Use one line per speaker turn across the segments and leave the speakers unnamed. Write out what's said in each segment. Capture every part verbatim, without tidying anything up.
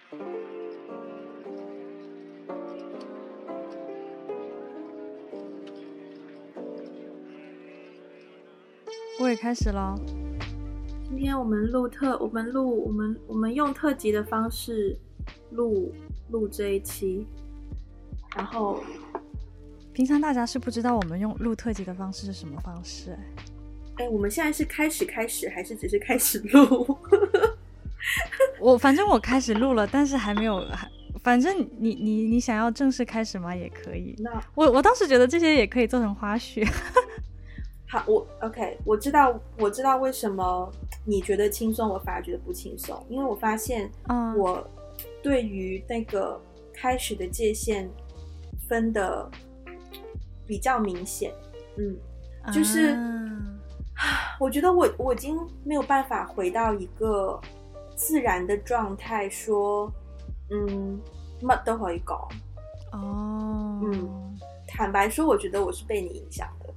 我也开始了。
今天我们录特，我们录，我们我们用特辑的方式录录这一期，然后
平常大家是不知道我们用录特辑的方式是什么方式。
哎、欸，我们现在是开始开始，还是只是开始录？
我反正我开始录了，但是还没有，反正你你你想要正式开始吗？也可以。
那
我我当时觉得这些也可以做成花絮。
好，我 OK， 我知道，我知道为什么你觉得轻松，我反而觉得不轻松，因为我发现我对于那个开始的界限分的比较明显，嗯，就是、啊、我觉得我我已经没有办法回到一个自然的状态，说，嗯，乜都可以講。
哦，
嗯，坦白说，我觉得我是被你影响的。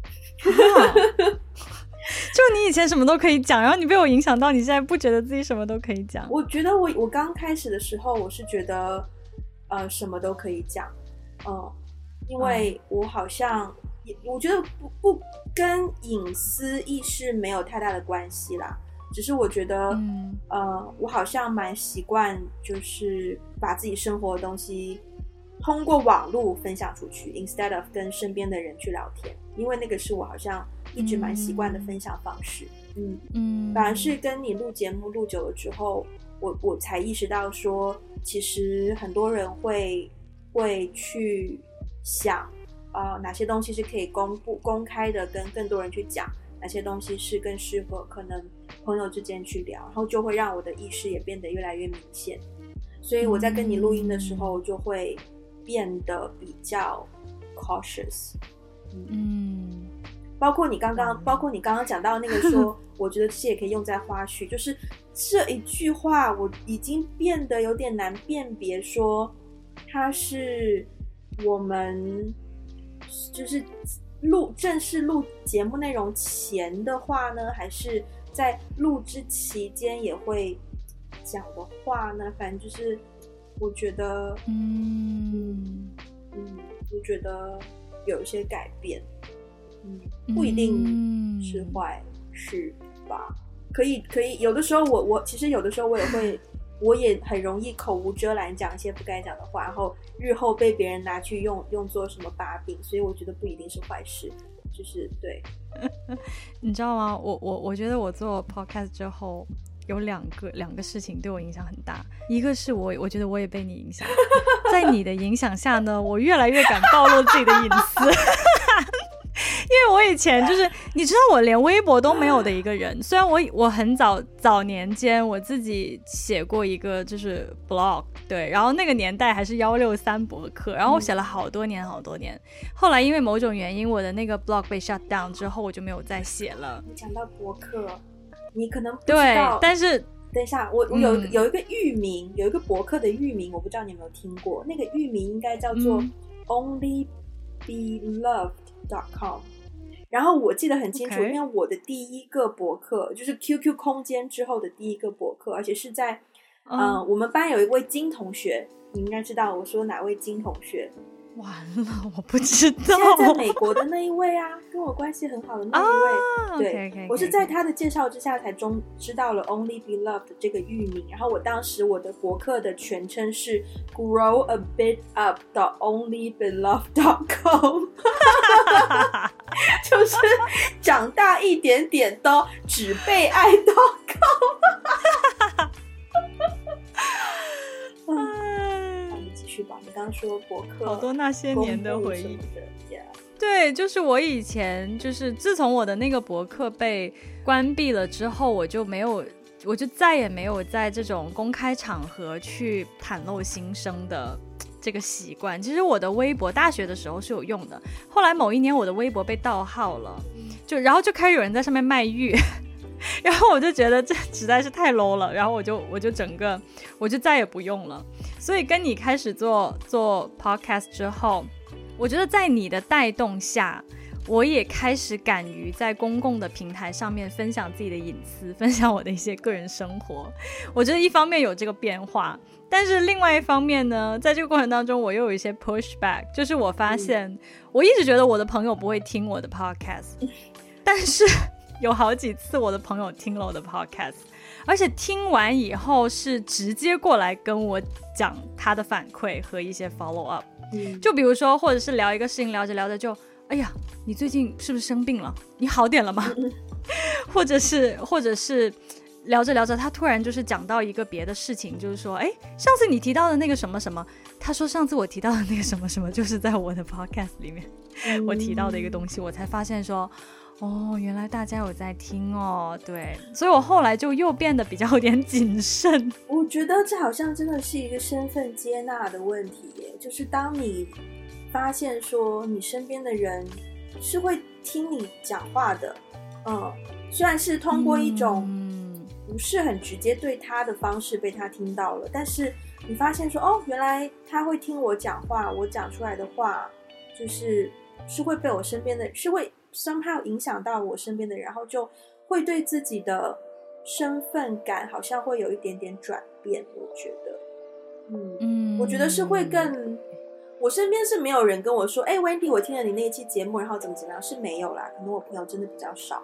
就你以前什么都可以讲，然后你被我影响到，你现在不觉得自己什么都可以讲？
我觉得我我刚开始的时候，我是觉得呃什么都可以讲，嗯、呃，因为我好像、嗯、我觉得不不跟隐私意识没有太大的关系啦，只是我觉得、嗯、呃我好像蛮习惯就是把自己生活的东西通过网络分享出去 instead of 跟身边的人去聊天，因为那个是我好像一直蛮习惯的分享方式。嗯嗯，反而是跟你录节目录久了之后，我我才意识到说，其实很多人会会去想，呃，哪些东西是可以公布公开的，跟更多人去讲，哪些东西是更适合可能朋友之间去聊，然后就会让我的意识也变得越来越明显。所以我在跟你录音的时候，就会变得比较 cautious。嗯，包括你刚刚，包括你刚刚讲到那个说，我觉得这些也可以用在花絮，就是这一句话，我已经变得有点难辨别，说它是我们就是录正式录节目内容前的话呢，还是在录制期间也会讲的话呢？反正就是我觉得，嗯嗯，我觉得有一些改变。嗯，不一定是坏事吧？可以，可以。有的时候我，我其实有的时候我也会，我也很容易口无遮拦讲一些不该讲的话，然后日后被别人拿去用用作什么把柄，所以我觉得不一定是坏事。就是对，
你知道吗？我我我觉得我做 podcast 之后，有两个两个事情对我影响很大。一个是我我觉得我也被你影响，在你的影响下呢，我越来越敢暴露自己的隐私。因为我以前就是你知道我连微博都没有的一个人，虽然我我很早早年间我自己写过一个就是 blog， 对，然后那个年代还是一六三博客，然后我写了好多年好多年，后来因为某种原因我的那个 blog 被 shut down 之后，我就没有再写了。
你讲到博客，你可能不知道，
对，但是
等一下，我我有、嗯、有一个域名，有一个博客的域名，我不知道你有没有听过，那个域名应该叫做 only be loved dot com。然后我记得很清楚， okay. 因为我的第一个博客就是 Q Q 空间之后的第一个博客，而且是在、嗯呃、我们班有一位金同学，你应该知道我说哪位金同学。
完了，我不知道。
现在在美国的那一位啊，跟我关系很好的那一位。
啊、
对
okay, okay, okay.
我是在他的介绍之下才中知道了 Only Be Loved 这个域名，然后我当时我的博客的全称是 Grow a bit up dot only be loved dot com 就是长大一点点都只被爱 .com 继续吧，你刚刚说博客
好多那些年的回忆。对，就是我以前就是自从我的那个博客被关闭了之后，我就没有我就再也没有在这种公开场合去袒露心声的这个习惯。其实我的微博大学的时候是有用的，后来某一年我的微博被盗号了，就然后就开始有人在上面卖玉然后我就觉得这实在是太 low 了，然后我就我就整个我就再也不用了。所以跟你开始做做 podcast 之后，我觉得在你的带动下， 我也开始敢于在公共的平台上面分享自己的隐私，分享我的一些个人生活。我觉得一方面有这个变化，但是另外一方面呢，在这个过程当中我又有一些 pushback， 就是我发现、嗯、我一直觉得我的朋友不会听我的 podcast， 但是有好几次我的朋友听了我的 podcast， 而且听完以后是直接过来跟我讲他的反馈和一些 follow up、嗯、就比如说或者是聊一个事情，聊着聊着就哎呀你最近是不是生病了，你好点了吗、嗯、或者是或者是聊着聊着他突然就是讲到一个别的事情，就是说哎，上次你提到的那个什么什么，他说上次我提到的那个什么什么就是在我的 podcast 里面、嗯、我提到的一个东西，我才发现说哦，原来大家有在听哦。对，所以我后来就又变得比较有点谨慎。
我觉得这好像真的是一个身份接纳的问题耶，就是当你发现说你身边的人是会听你讲话的，嗯，虽然是通过一种不是很直接对他的方式被他听到了，但是你发现说哦，原来他会听我讲话，我讲出来的话就是是会被我身边的是会somehow 影响到我身边的人，然后就会对自己的身份感好像会有一点点转变。我觉得嗯, 嗯我觉得是会更，我身边是没有人跟我说哎 Wendy 我听了你那一期节目然后怎么怎么样，是没有啦，可能我朋友真的比较少。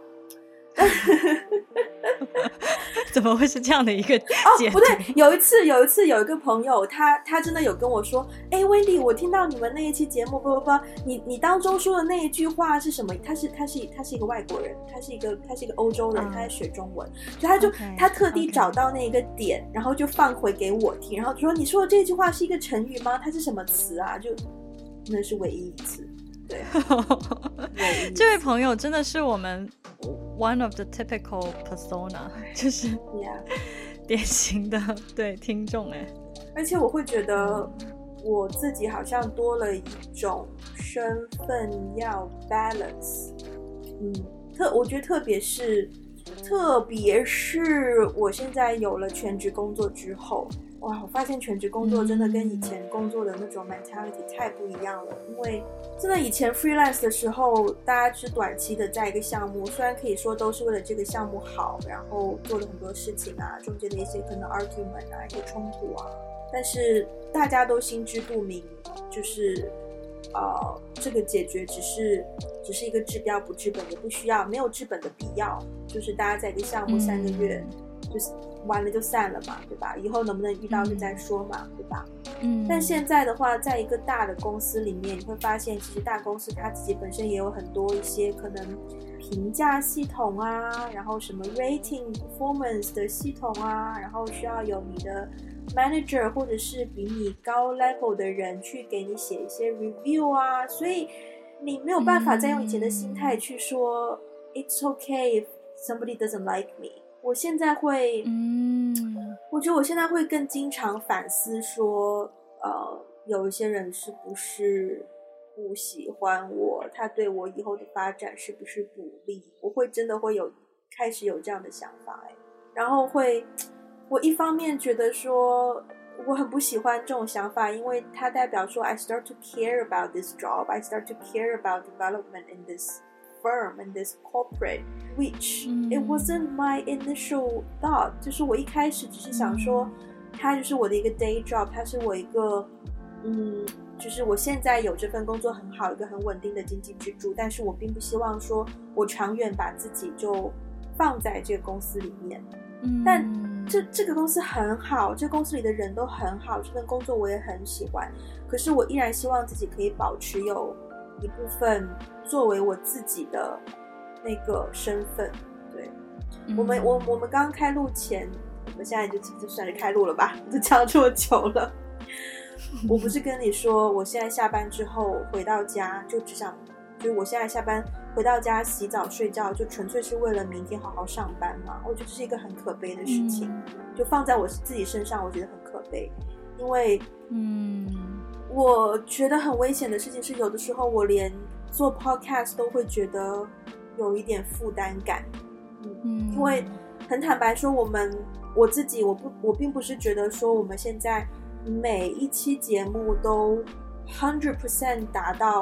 怎么会是这样的一个解读？
哦，不对，有一次有一次有一个朋友他他真的有跟我说哎 Wendy 我听到你们那一期节目不不不你你当中说的那一句话是什么，他是他是他是一个外国人，他是一个他是一个欧洲人、嗯、他在学中文，所以他就、okay, 他特地找到那一个点、okay. 然后就放回给我听，然后就说你说的这句话是一个成语吗，它是什么词啊，就那是唯一一次。对
这位朋友真的是我们 one of the typical persona， 就是典型的对听众哎，
而且我会觉得我自己好像多了一种身份要 balance， 嗯，特我觉得特别是特别是我现在有了全职工作之后，哇，我发现全职工作真的跟以前工作的那种 mentality 太不一样了。因为真的以前 freelance 的时候，大家是短期的在一个项目，虽然可以说都是为了这个项目好，然后做了很多事情啊，中间的一些可能 argument 啊，一些冲突啊，但是大家都心知肚明，就是呃，这个解决只是只是一个治标不治本，也不需要没有治本的必要，就是大家在一个项目三个月、嗯、就是完了就散了嘛，对吧？以后能不能遇到就再说嘛、嗯、对吧？嗯。但现在的话，在一个大的公司里面，你会发现其实大公司它自己本身也有很多一些可能评价系统啊，然后什么 rating performance 的系统啊，然后需要有你的 manager 或者是比你高 level 的人去给你写一些 review 啊，所以你没有办法再用以前的心态去说、嗯、it's okay if somebody doesn't like me。我现在会，嗯，我觉得我现在会更经常反思说，呃，有一些人是不是不喜欢我，他对我以后的发展是不是不利？我会真的会有开始有这样的想法，哎，然后会，我一方面觉得说我很不喜欢这种想法，因为它代表说 I start to care about this job, I start to care about development in this.firm and this corporate, which it wasn't my initial thought. 就是我一开始只是想说它就是我的一个 day job， 它是我一个嗯，就是我现在有这份工作很好，一个很稳定的经济支柱，但是我并不希望说我长远把自己就放在这个公司里面。但这这个公司很好，这个公司里的人都很好，这份工作我也很喜欢，可是我依然希望自己可以保持有一部分作为我自己的那个身份。对、嗯、我们我我们刚刚开录前，我们现在就就算是开录了吧，都讲这么久了。我不是跟你说我现在下班之后回到家就只想，就是我现在下班回到家洗澡睡觉就纯粹是为了明天好好上班嘛？我觉得这是一个很可悲的事情、嗯、就放在我自己身上我觉得很可悲。因为嗯我觉得很危险的事情是，有的时候我连做 podcast 都会觉得有一点负担感。嗯，因为很坦白说，我们我自己我不我并不是觉得说我们现在每一期节目都 百分之百 达到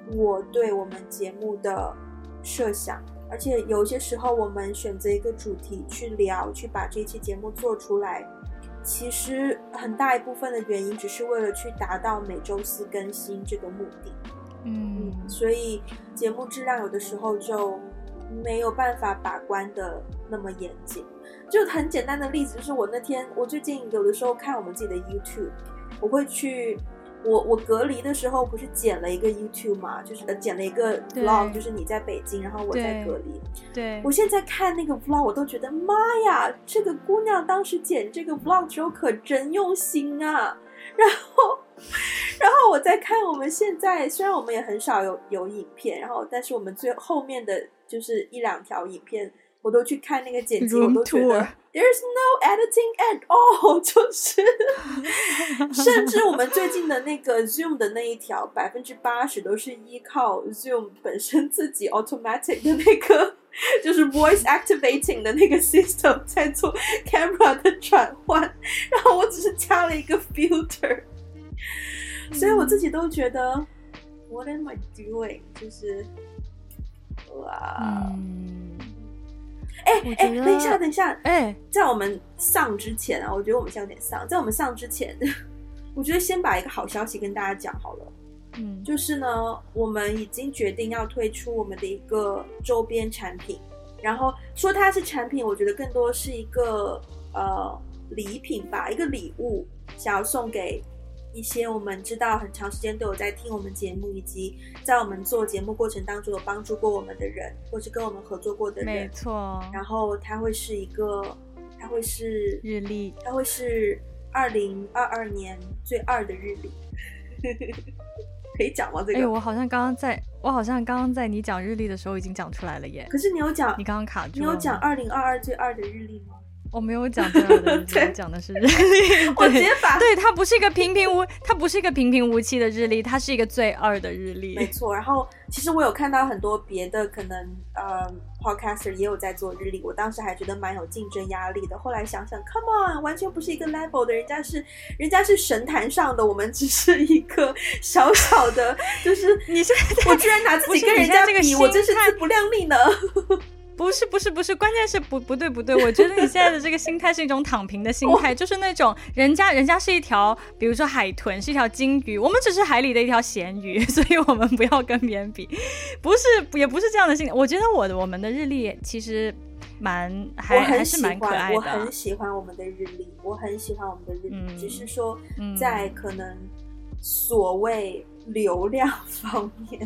我对我们节目的设想，而且有些时候我们选择一个主题去聊，去把这期节目做出来，其实很大一部分的原因只是为了去达到每周四更新这个目的。
嗯，
所以节目质量有的时候就没有办法把关的那么严谨。就很简单的例子，就是我那天我最近有的时候看我们自己的 YouTube， 我会去我我隔离的时候不是剪了一个 YouTube 嘛，就是剪了一个 vlog， 就是你在北京然后我在隔离。
对，
我现在看那个 vlog 我都觉得妈呀，这个姑娘当时剪这个 vlog 的时候可真用心啊。然后然后我在看我们现在，虽然我们也很少有有影片，然后但是我们最后面的就是一两条影片我都去看那个剪辑，我都觉得 there's no editing at all， 就是甚至我们最近的那个 Zoom 的那一条百分之八十都是依靠 Zoom 本身自己 automatic 的那个就是 voice activating 的那个 system 在做 camera 的转换，然后我只是加了一个 filter， 所以我自己都觉得 what am I doing， 就是哇。
嗯
哎哎，等一下，等一下，
哎，
在我们上之前啊，我觉得我们现在有点上。在我们上之前，我觉得先把一个好消息跟大家讲好了。
嗯，
就是呢，我们已经决定要推出我们的一个周边产品。然后说它是产品，我觉得更多是一个呃礼品吧，一个礼物，想要送给一些我们知道很长时间都有在听我们节目，以及在我们做节目过程当中有帮助过我们的人，或是跟我们合作过的人。
没错。然
后它会是一个，它会是
日历，
它会是二零二二年最二的日历。可以讲吗？这个？
哎，我好像刚刚在，我好像刚刚在你讲日历的时候已经讲出来了耶。
可是你有讲，
你刚刚卡住了。
你有讲二零二二最二的日历吗？
我没有讲这样的日历，我讲的是日历。
我直接把
对，它不是一个平平无，它不是一个平平无奇的日历，它是一个最二的日历。
没错。然后其实我有看到很多别的可能呃 podcaster 也有在做日历，我当时还觉得蛮有竞争压力的。后来想想 ，come on， 完全不是一个 level 的，人家是人家是神坛上的，我们只是一个小小的，就是
你现在
我居然拿自己跟人家比，我真是自不量力呢。
不是不是不是，关键是不不对不对，我觉得你现在的这个心态是一种躺平的心态，就是那种人家人家是一条，比如说海豚是一条金鱼，我们只是海里的一条咸鱼，所以我们不要跟别人比，不是也不是这样的心态。我觉得我的我们的日历其实蛮还还是蛮可爱的，
我很喜欢我们的日历，我很喜欢我们的日历，嗯、只是说在可能所谓流量方面。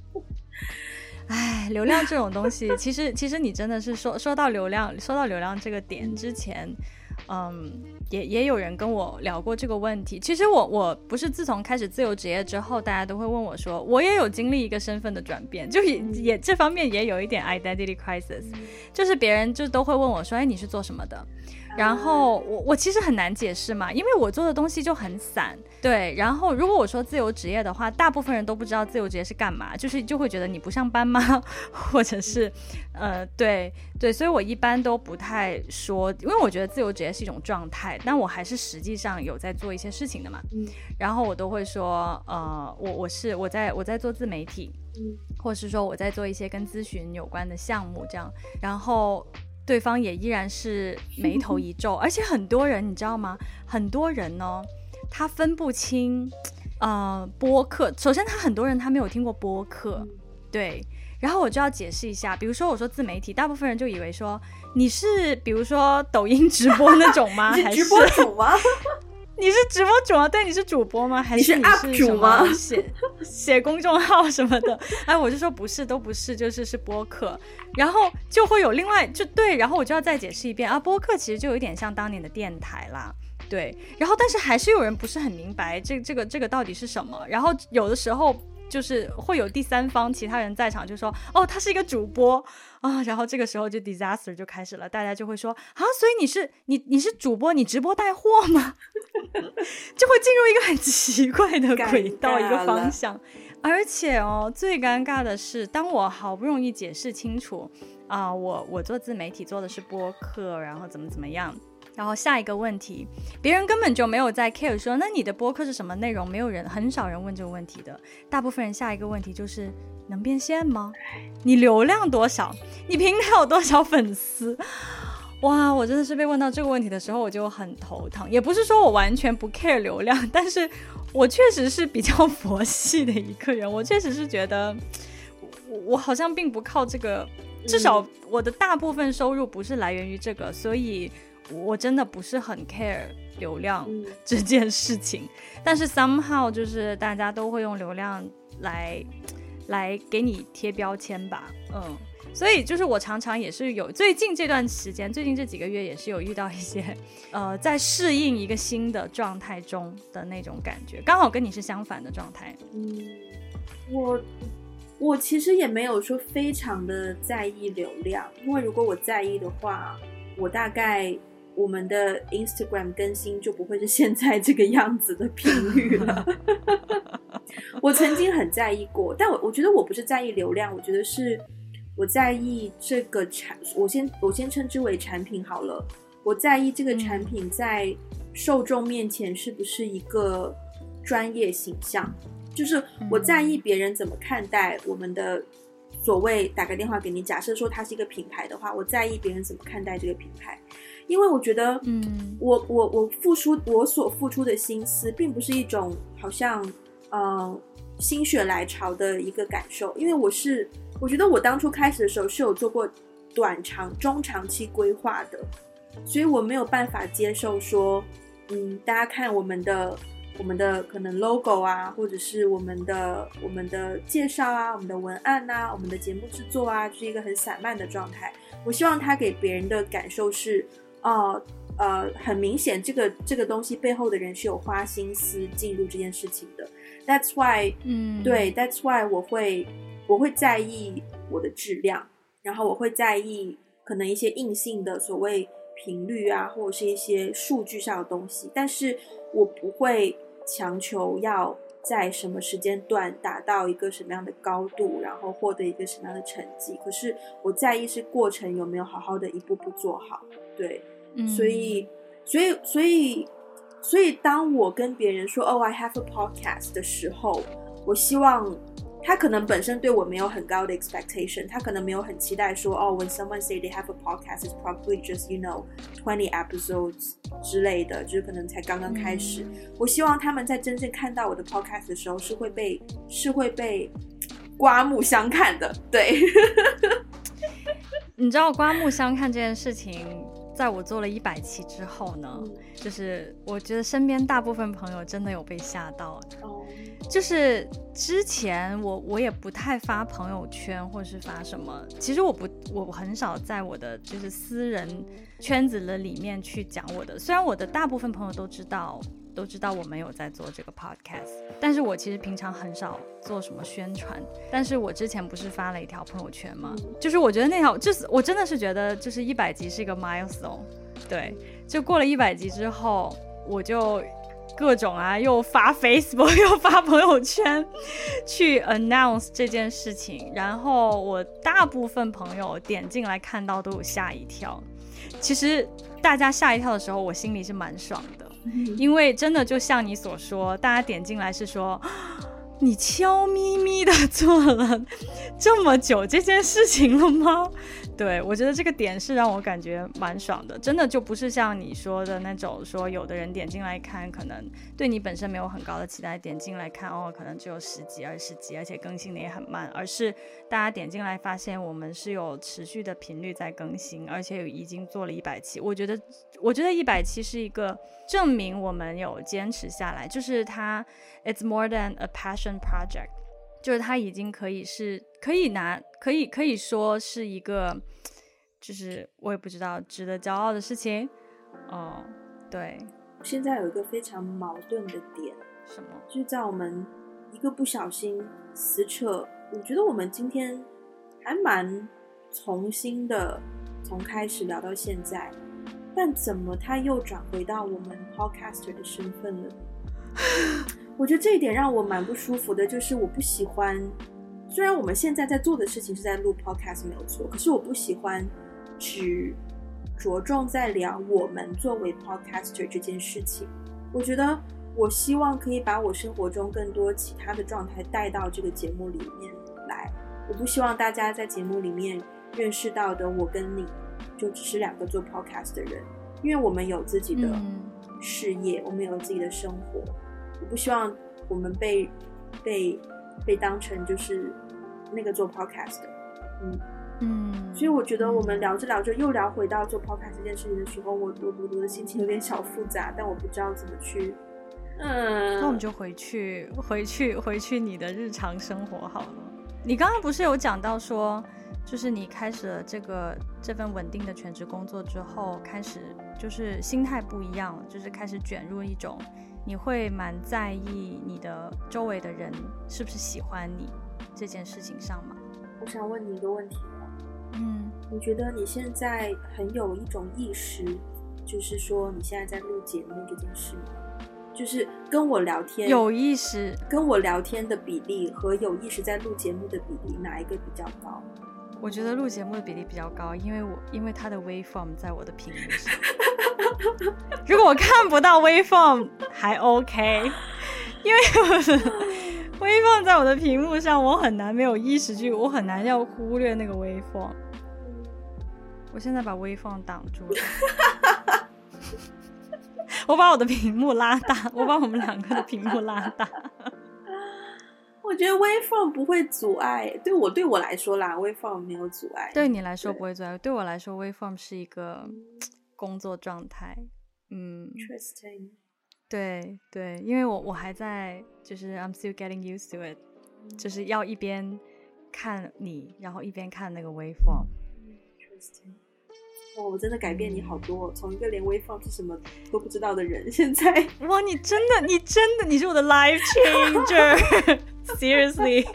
哎，流量这种东西，其实其实你真的是说说到流量，说到流量这个点之前，嗯，也也有人跟我聊过这个问题。其实我我不是自从开始自由职业之后，大家都会问我说，我也有经历一个身份的转变，就也也这方面也有一点 identity crisis， 就是别人就都会问我说，哎，你是做什么的？然后我我其实很难解释嘛，因为我做的东西就很散，对。然后如果我说自由职业的话，大部分人都不知道自由职业是干嘛，就是就会觉得你不上班吗？或者是呃，对对，所以我一般都不太说，因为我觉得自由职业是一种状态，但我还是实际上有在做一些事情的嘛。嗯、然后我都会说，呃，我我是我在我在做自媒体，嗯，或者是说我在做一些跟咨询有关的项目这样，然后。对方也依然是眉头一皱，而且很多人你知道吗？很多人呢，他分不清，呃，播客。首先，他很多人他没有听过播客，对。然后我就要解释一下，比如说我说自媒体，大部分人就以为说你是比如说抖音直播那种吗？
你是直播主吗？
你是直播主啊？对，你是主播吗？还是你是
U P 主吗？
写写公众号什么的？哎，我就说不是，都不是，就是是播客。然后就会有另外就对，然后我就要再解释一遍啊，播客其实就有点像当年的电台啦，对。然后但是还是有人不是很明白这这个这个到底是什么，然后有的时候。就是会有第三方其他人在场就说哦他是一个主播啊，然后这个时候就 disaster 就开始了，大家就会说啊所以你是你你是主播，你直播带货吗？就会进入一个很奇怪的轨道一个方向。而且哦最尴尬的是当我好不容易解释清楚啊、呃、我我做自媒体做的是播客，然后怎么怎么样， 然后下一个问题，别人根本就没有在 care 说那你的播客是什么内容，没有人很少人问这个问题的，大部分人下一个问题就是能变现吗？你流量多少？你平台有多少粉丝？哇，我真的是被问到这个问题的时候我就很头疼，也不是说我完全不 care 流量，但是我确实是比较佛系的一个人，我确实是觉得我, 我好像并不靠这个，至少我的大部分收入不是来源于这个，所以我真的不是很 care 流量这件事情、嗯、但是 somehow 就是大家都会用流量来来给你贴标签吧，嗯，所以就是我常常也是有最近这段时间最近这几个月也是有遇到一些呃在适应一个新的状态中的那种感觉，刚好跟你是相反的状态。
嗯，我我其实也没有说非常的在意流量，因为如果我在意的话，我大概我们的 Instagram 更新就不会是现在这个样子的频率了。我曾经很在意过，但我我觉得我不是在意流量，我觉得是我在意这个产，我先我先称之为产品好了。我在意这个产品在受众面前是不是一个专业形象，就是我在意别人怎么看待我们的所谓打个电话给你，假设说它是一个品牌的话，我在意别人怎么看待这个品牌，因为我觉得，嗯，我我我付出我所付出的心思，并不是一种好像呃心血来潮的一个感受，因为我是我觉得我当初开始的时候是有做过短长中长期规划的，所以我没有办法接受说，嗯，大家看我们的我们的可能 logo 啊，或者是我们的我们的介绍啊，我们的文案啊，我们的节目制作啊，就是一个很散漫的状态。我希望它给别人的感受是，呃呃，很明显这个这个东西背后的人是有花心思进入这件事情的。That's why， 嗯，对 ，That's why 我会我会在意我的质量，然后我会在意可能一些硬性的所谓频率啊，或者是一些数据上的东西，但是我不会强求要在什么时间段达到一个什么样的高度，然后获得一个什么样的成绩，可是我在意是过程有没有好好的一步步做好。对，嗯，所以所以所以所以当我跟别人说哦 I have a podcast 的时候，我希望他可能本身对我没有很高的 expectation， 他可能没有很期待说哦 when someone say they have a podcast it's probably just you know twenty episodes 之类的，就是可能才刚刚开始、嗯、我希望他们在真正看到我的 podcast 的时候是会被是会被刮目相看的。对。
你知道刮目相看这件事情在我做了一百期之后呢、嗯、就是我觉得身边大部分朋友真的有被吓到、哦、就是之前我我也不太发朋友圈或是发什么，其实我不我很少在我的就是私人圈子的里面去讲我的，虽然我的大部分朋友都知道都知道我没有在做这个 podcast， 但是我其实平常很少做什么宣传。但是我之前不是发了一条朋友圈吗？就是我觉得那条就是我真的是觉得就是一百集是一个 milestone， 对，就过了一百集之后，我就各种啊又发 Facebook 又发朋友圈去 announce 这件事情，然后我大部分朋友点进来看到都有吓一跳。其实大家吓一跳的时候，我心里是蛮爽的，因为真的就像你所说，大家点进来是说你悄咪咪的做了这么久这件事情了吗？对，我觉得这个点是让我感觉蛮爽的，真的就不是像你说的那种说有的人点进来看可能对你本身没有很高的期待，点进来看哦可能只有十集二十集而且更新的也很慢，而是大家点进来发现我们是有持续的频率在更新，而且已经做了一百期。我觉得我觉得一百期是一个证明我们有坚持下来，就是它 it's more than a passion project， 就是它已经可以是可以拿可以可以说是一个就是我也不知道值得骄傲的事情。哦，对，
现在有一个非常矛盾的点，
什么？
就是在我们一个不小心撕扯，我觉得我们今天还蛮重新的从开始聊到现在，但怎么他又转回到我们 podcaster 的身份了？我觉得这一点让我蛮不舒服的，就是我不喜欢，虽然我们现在在做的事情是在录 podcast 没有错，可是我不喜欢只着重在聊我们作为 podcaster 这件事情。我觉得我希望可以把我生活中更多其他的状态带到这个节目里面来，我不希望大家在节目里面认识到的我跟你就只是两个做 podcast 的人，因为我们有自己的事业、嗯、我们有自己的生活，我不希望我们被被被当成就是那个做 podcast 的。嗯嗯，所以我觉得我们聊着聊着又聊回到做 podcast 这件事情的时候，我我我的心情有点小复杂，但我不知道怎么去。嗯，
那我们就回去回去回去你的日常生活好了。你刚刚不是有讲到说，就是你开始了这个这份稳定的全职工作之后，开始就是心态不一样了，就是开始卷入一种你会蛮在意你的周围的人是不是喜欢你这件事情上吗？
我想问你一个问题了，嗯，你觉得你现在很有一种意识，就是说你现在在录节目这件事吗？就是跟我聊天
有意识
跟我聊天的比例和有意识在录节目的比例哪一个比较高？
我觉得录节目的比例比较高，因为我因为它的 waveform 在我的屏幕上如果我看不到 waveform 还 OK， 因为我的 waveform 在我的屏幕上，我很难没有意识去，我很难要忽略那个 waveform。 我现在把 waveform 挡住了我把我的屏幕拉大，我把我们两个的屏幕拉大
我觉得 waveform 不会阻碍，对我对我来说啦 waveform 没有阻碍，
对你来说不会阻碍， 对, 对我来说 waveform 是一个工作状态。嗯
Interesting。
对对，因为我我还在就是 I'm still getting used to it， 就是要一边看你然后一边看那个 waveform。
Interesting。哦，我真的改变你好多，从一个连 waveform 是什么都不知道的人，现在
哇，你真的你真的你是我的 life changer seriously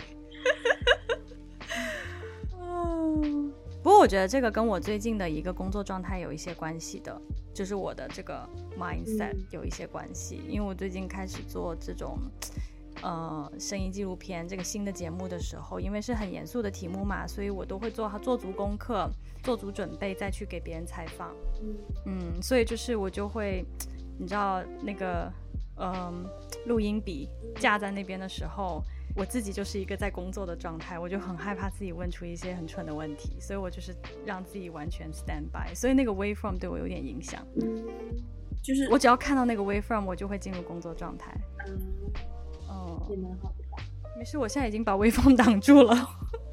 不过我觉得这个跟我最近的一个工作状态有一些关系的，就是我的这个 mindset 有一些关系、嗯、因为我最近开始做这种呃，声音纪录片这个新的节目的时候，因为是很严肃的题目嘛，所以我都会做做足功课，做足准备再去给别人采访。嗯嗯，所以就是我就会你知道那个嗯录音笔架在那边的时候，我自己就是一个在工作的状态，我就很害怕自己问出一些很蠢的问题，所以我就是让自己完全 stand by， 所以那个 waveform 对我有点影响。嗯，就是我只要看到那个 waveform 我就会进入工作状态。嗯
哦，也蛮好的吧。
没事，我现在已经把waveform挡住了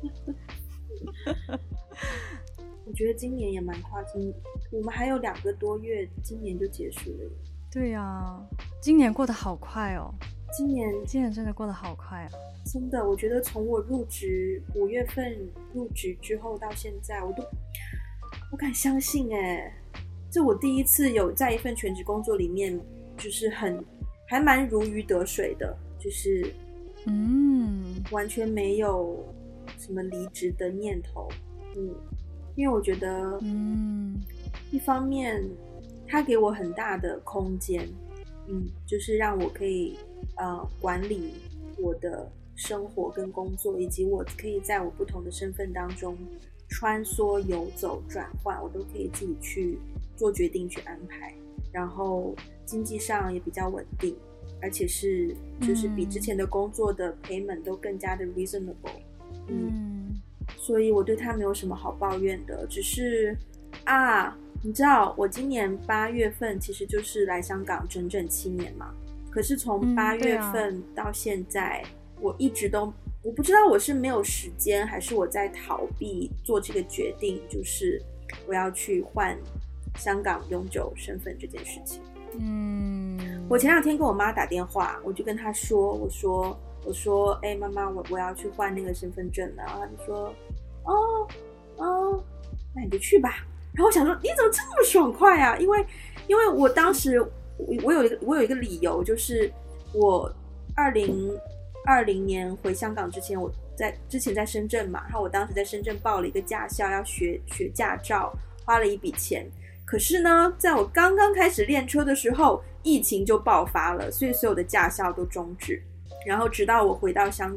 我觉得今年也蛮快，我们还有两个多月今年就结束了。
对啊，今年过得好快哦。
今年
今年真的过得好快啊，
真的，我觉得从我入职五月份入职之后到现在，我都不敢相信哎，这我第一次有在一份全职工作里面就是很还蛮如鱼得水的，就是嗯，完全没有什么离职的念头。嗯，因为我觉得嗯，一方面它给我很大的空间，嗯，就是让我可以呃管理我的生活跟工作，以及我可以在我不同的身份当中穿梭游走转换，我都可以自己去做决定去安排，然后经济上也比较稳定，而且是就是比之前的工作的 payment 都更加的 reasonable。 嗯, 嗯所以我对他没有什么好抱怨的，只是啊你知道我今年八月份其实就是来香港整整七年嘛，可是从八月份到现在、嗯啊、我一直都我不知道我是没有时间还是我在逃避做这个决定，就是我要去换香港永久身份这件事情。嗯，我前两天跟我妈打电话，我就跟她说，我说我说哎、欸，妈妈，我我要去换那个身份证了。然后她就说哦哦，那你就去吧。然后我想说你怎么这么爽快啊？因为因为我当时我有一个我有一个理由，就是我二零二零年回香港之前，我在之前在深圳嘛，然后我当时在深圳报了一个驾校，要学学驾照，花了一笔钱。可是呢，在我刚刚开始练车的时候，疫情就爆发了，所以所有的驾校都终止。然后直到我回到香港，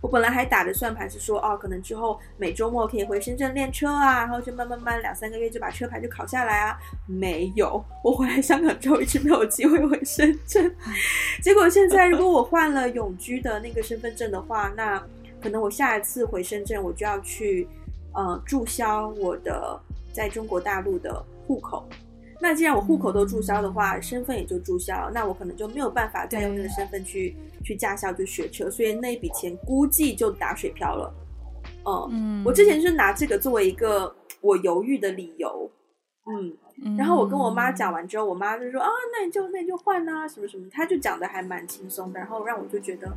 我本来还打的算盘是说，哦，可能之后每周末可以回深圳练车啊，然后就慢慢慢两三个月就把车牌就考下来啊。没有，我回来香港之后一直没有机会回深圳。结果现在如果我换了永居的那个身份证的话，那可能我下一次回深圳我就要去呃注销我的在中国大陆的户口。那既然我户口都注销的话，身份也就注销，那我可能就没有办法再用那个身份去去驾校去学车，所以那一笔钱估计就打水漂了。嗯，嗯我之前是拿这个作为一个我犹豫的理由。嗯，然后我跟我妈讲完之后，我妈就说啊，那你就那你就换啊，什么什么，她就讲的还蛮轻松的，然后让我就觉得，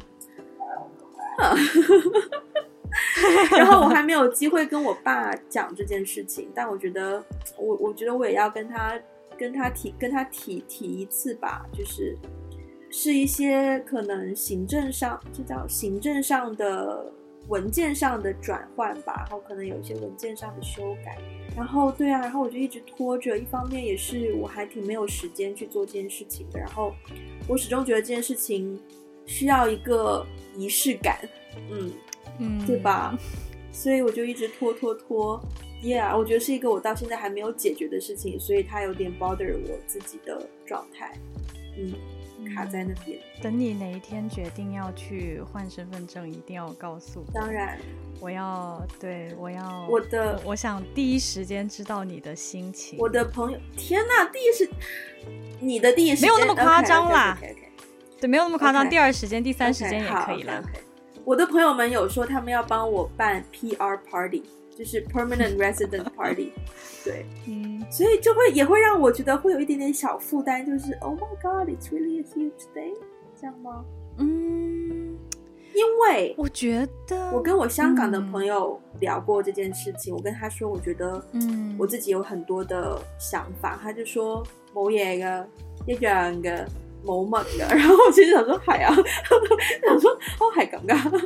然后我还没有机会跟我爸讲这件事情，但我觉得我我觉得我也要跟他跟他提跟他提提一次吧，就是是一些可能行政上这叫行政上的文件上的转换吧，然后可能有一些文件上的修改，然后对啊，然后我就一直拖着，一方面也是我还挺没有时间去做这件事情的，然后我始终觉得这件事情需要一个仪式感，嗯嗯，对吧？所以我就一直拖拖拖 ，Yeah， 我觉得是一个我到现在还没有解决的事情，所以它有点 bother 我自己的状态，嗯。卡在那边。
等你哪一天决定要去换身份证，一定要告诉我。
当然，
我要对我要
我的
我，我想第一时间知道你的心情。
我的朋友，天哪，第一时，你的第一时间
没有那么夸张啦，
okay, okay, okay, okay.
对，没有那么夸张。
Okay.
第二时间、第三时间也可以啦。
Okay, okay, okay. 我的朋友们有说他们要帮我办 P R party， 就是 Permanent Resident Party， 对，嗯，所以就会也会让我觉得会有一点点小负担，就是 Oh my God, it's really a huge thing， 这样吗？嗯，因为
我觉得
我跟我香港的朋友聊过这件事情，嗯、我跟他说，我觉得，嗯，我自己有很多的想法，他就说冇嘢噶，一樣嘅。冇乜噶，然後我其實想說係啊，想說哦係咁噶，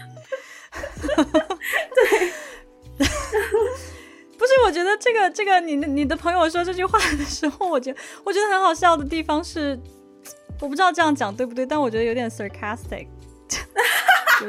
對，
不是，我覺得這個這個你你的朋友說這句話的時候，我覺得我覺得很好笑的地方是，我不知道這樣講對不對，但我覺得有點 sarcastic， 就是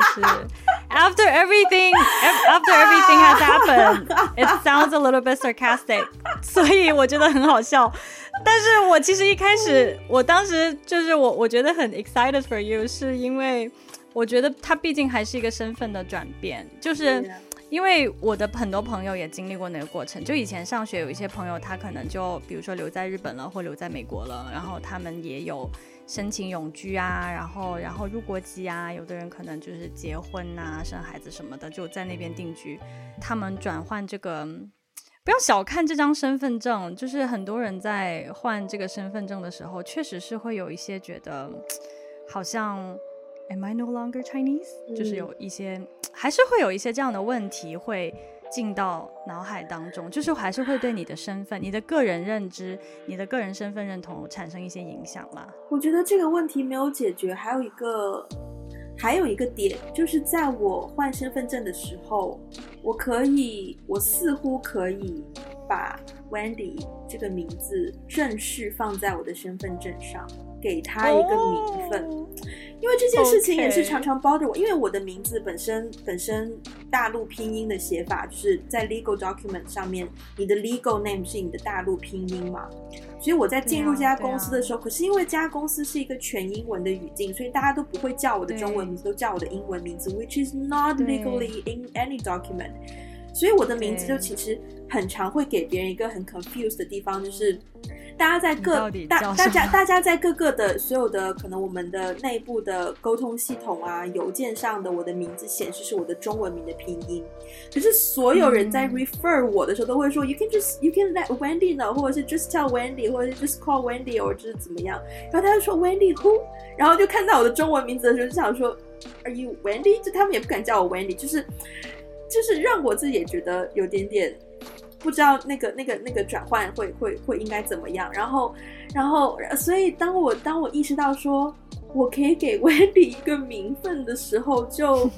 after everything after everything has happened, it sounds a little bit sarcastic， 所以我覺得很好笑。但是我其實一開始我當時就是我我覺得很 excited for you， 是因為我覺得它畢竟還是一個身份的轉變，就是因為我的很多朋友也經歷過那個過程，就以前上學有一些朋友他可能就比如說留在日本了或留在美國了，然後他們也有申請永居啊，然後然後入國籍啊，有的人可能就是結婚啊生孩子什麼的就在那邊定居，他們轉換這個不要小看這張身份證，就是很多人在換這個身份證的時候確實是會有一些覺得好像 Am I no longer Chinese、嗯、就是有一些還是會有一些這樣的問題會進到腦海當中，就是還是會對你的身份你的個人認知你的個人身份認同產生一些影響啦。
我覺得這個問題沒有解決，還有一個還有一個點，就是在我換身份證的時候，我可以我似乎可以把 Wendy 這個名字正式放在我的身份證上，給他一個名分、oh, 因為這件事情也是常常 bother 我、okay. 因為我的名字本身本身大陸拼音的寫法就是在 legal document 上面你的 legal name 是你的大陸拼音嘛，所以我在進入這家公司的時候、啊啊、可是因為這家公司是一個全英文的語境，所以大家都不會叫我的中文名字，都叫我的英文名字 which is not legally in any document， 所以我的名字就其實很常會給別人一個很 confused 的地方，就是大家在各大大家大家在各個的所有的可能我們的內部的溝通系統啊郵件上的我的名字顯示是我的中文名的拼音，可是所有人在 refer 我的時候都會說、嗯、you can just you can let Wendy know， 或者是 just tell Wendy， 或者是 just call Wendy， 或者是怎麼樣，然後他就說 Wendy who， 然後就看到我的中文名字的時候就想說 Are you Wendy， 就他們也不敢叫我 Wendy， 就是就是讓我自己也覺得有點點不知道那個那個那個轉換會會會應該怎麼樣，然後然後所以當我當我意識到說我可以給 Wendy 一個名分的時候，就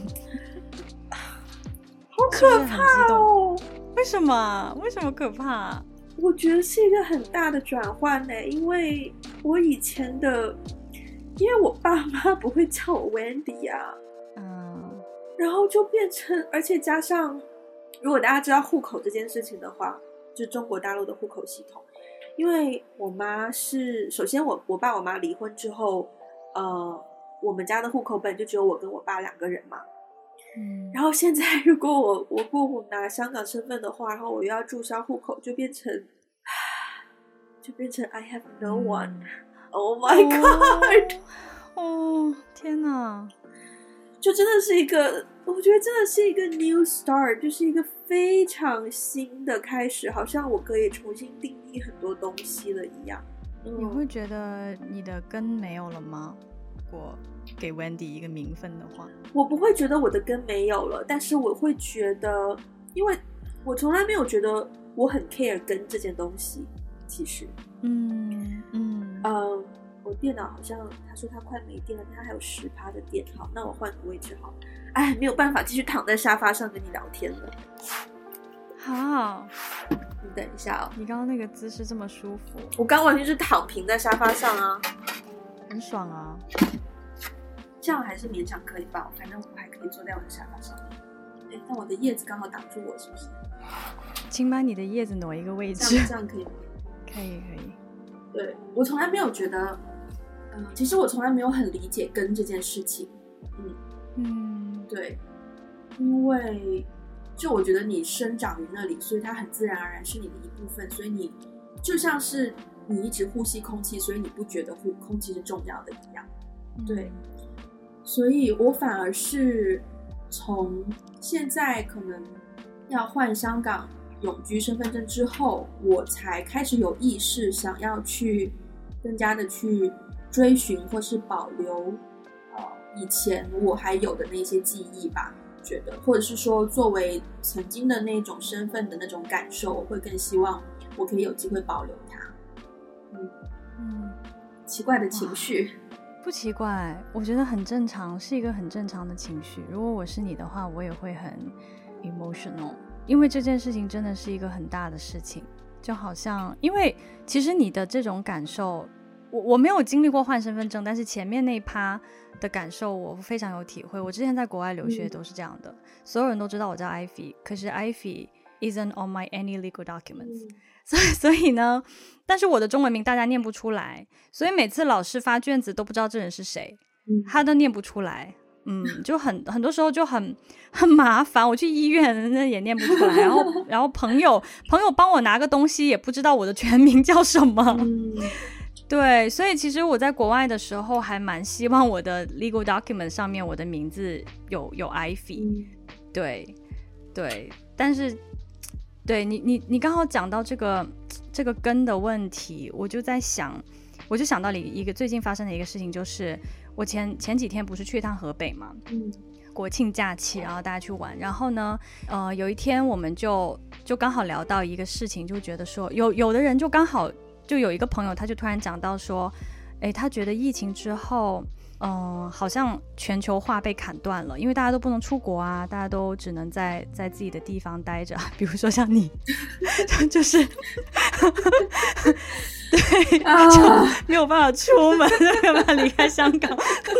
好可怕哦！
為什麼？為什麼可怕？
我覺得是一個很大的轉換呢，因為我以前的，因為我爸媽不會叫我 Wendy 啊。 然后就变成，而且加上如果大家知道户口这件事情的话，就是中国大陆的户口系统，因为我妈是首先我我爸我妈离婚之后，呃，我们家的户口本就只有我跟我爸两个人嘛。
嗯，
然后现在如果我我不我拿香港身份的话，然后我又要注销户口，就变成就变成 I have no one、嗯、Oh my god
哦, 哦天哪，
就真的是一个，我觉得真的是一个 new start， 就是一个非常新的开始，好像我可以重新定义很多东西了一样。
你会觉得你的根没有了吗？我给 Wendy 一个名分的话，
我不会觉得我的根没有了，但是我会觉得，因为我从来没有觉得我很 care 根这件东西，其实
嗯嗯
嗯，我电脑好像他说他快没电了，他还有 百分之十 的电，好，那我换个位置好，哎，没有办法继续躺在沙发上跟你聊天了。
好，
你等一下哦，
你刚刚那个姿势这么舒服，
我刚完全是躺平在沙发上啊，
很爽啊，
这样还是勉强可以吧，反正我还可以坐在我的沙发上面。哎，但我的叶子刚好挡住我，是不是？
请把你的叶子挪一个位置，
这样这样可以吗？
可以可以。
对，我从来没有觉得，嗯、呃，其实我从来没有很理解根这件事情，嗯
嗯，
对，因为就我觉得你生长于那里，所以它很自然而然是你的一部分，所以你就像是你一直呼吸空气，所以你不觉得呼空气是重要的一样，对，所以我反而是从现在可能要换香港永居身份证之后，我才开始有意识想要去更加的去追寻或是保留呃以前我还有的那些记忆吧，觉得或者是说作为曾经的那种身份的那种感受，我会更希望我可以有机会保留它。嗯嗯，奇怪的情绪。
不奇怪，我觉得很正常，是一个很正常的情绪。如果我是你的话，我也会很 emotional， 因为这件事情真的是一个很大的事情，就好像因为其实你的这种感受，我我没有经历过换身份证，但是前面那一趴的感受我非常有体会。我之前在国外留学都是这样的，嗯、所有人都知道我叫 Ivy， 可是 Ivy isn't on my any legal documents，嗯、所以所以呢，但是我的中文名大家念不出来，所以每次老师发卷子都不知道这人是谁，嗯、他都念不出来。嗯，就很很多时候就很很麻烦，我去医院那也念不出来，然后然后朋友朋友帮我拿个东西也不知道我的全名叫什么。嗯对，所以其实我在国外的时候还蛮希望我的 legal document 上面我的名字有有 Ivy，嗯、对对，但是对你你你刚好讲到这个这个根的问题，我就在想，我就想到了一个最近发生的一个事情，就是我前前几天不是去一趟河北嘛，嗯。国庆假期，然后大家去玩，然后呢，呃，有一天我们就就刚好聊到一个事情，就觉得说有有的人就刚好就有一个朋友，他就突然讲到说，哎，他觉得疫情之后，嗯、呃，好像全球化被砍断了，因为大家都不能出国啊，大家都只能在在自己的地方待着，比如说像你，就是对，啊、就没有办法出门，没有办法离开香港。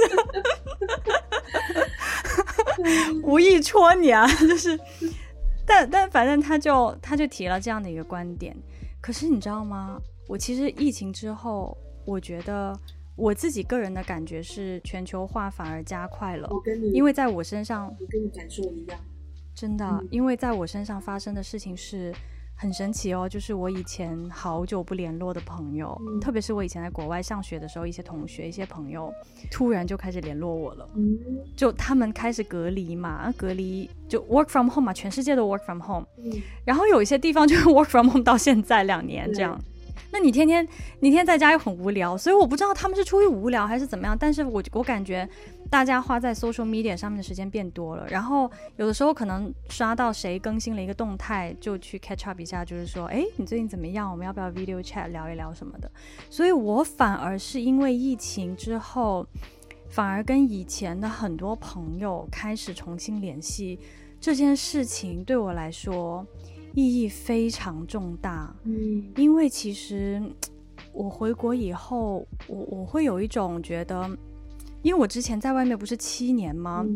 无意戳你啊，就是但但反正他就他就提了这样的一个观点。可是你知道吗，我其实疫情之后，我觉得我自己个人的感觉是全球化反而加快了。
我跟你
因为在我身上
我跟你感受一样，
真的、嗯、因为在我身上发生的事情是很神奇哦，就是我以前好久不联络的朋友、嗯、特别是我以前在国外上学的时候，一些同学一些朋友突然就开始联络我了、嗯、就他们开始隔离嘛，隔离就 work from home 嘛，全世界都 work from home、嗯、然后有一些地方就 work from home 到现在两年这样，那你天天你天天在家又很无聊，所以我不知道他们是出于无聊还是怎么样，但是我我感觉大家花在 social media 上面的时间变多了，然后有的时候可能刷到谁更新了一个动态就去 catch up 一下，就是说哎，你最近怎么样，我们要不要 video chat 聊一聊什么的。所以我反而是因为疫情之后，反而跟以前的很多朋友开始重新联系，这件事情对我来说意义非常重大、嗯、因为其实我回国以后我我会有一种觉得，因为我之前在外面不是七年吗、嗯、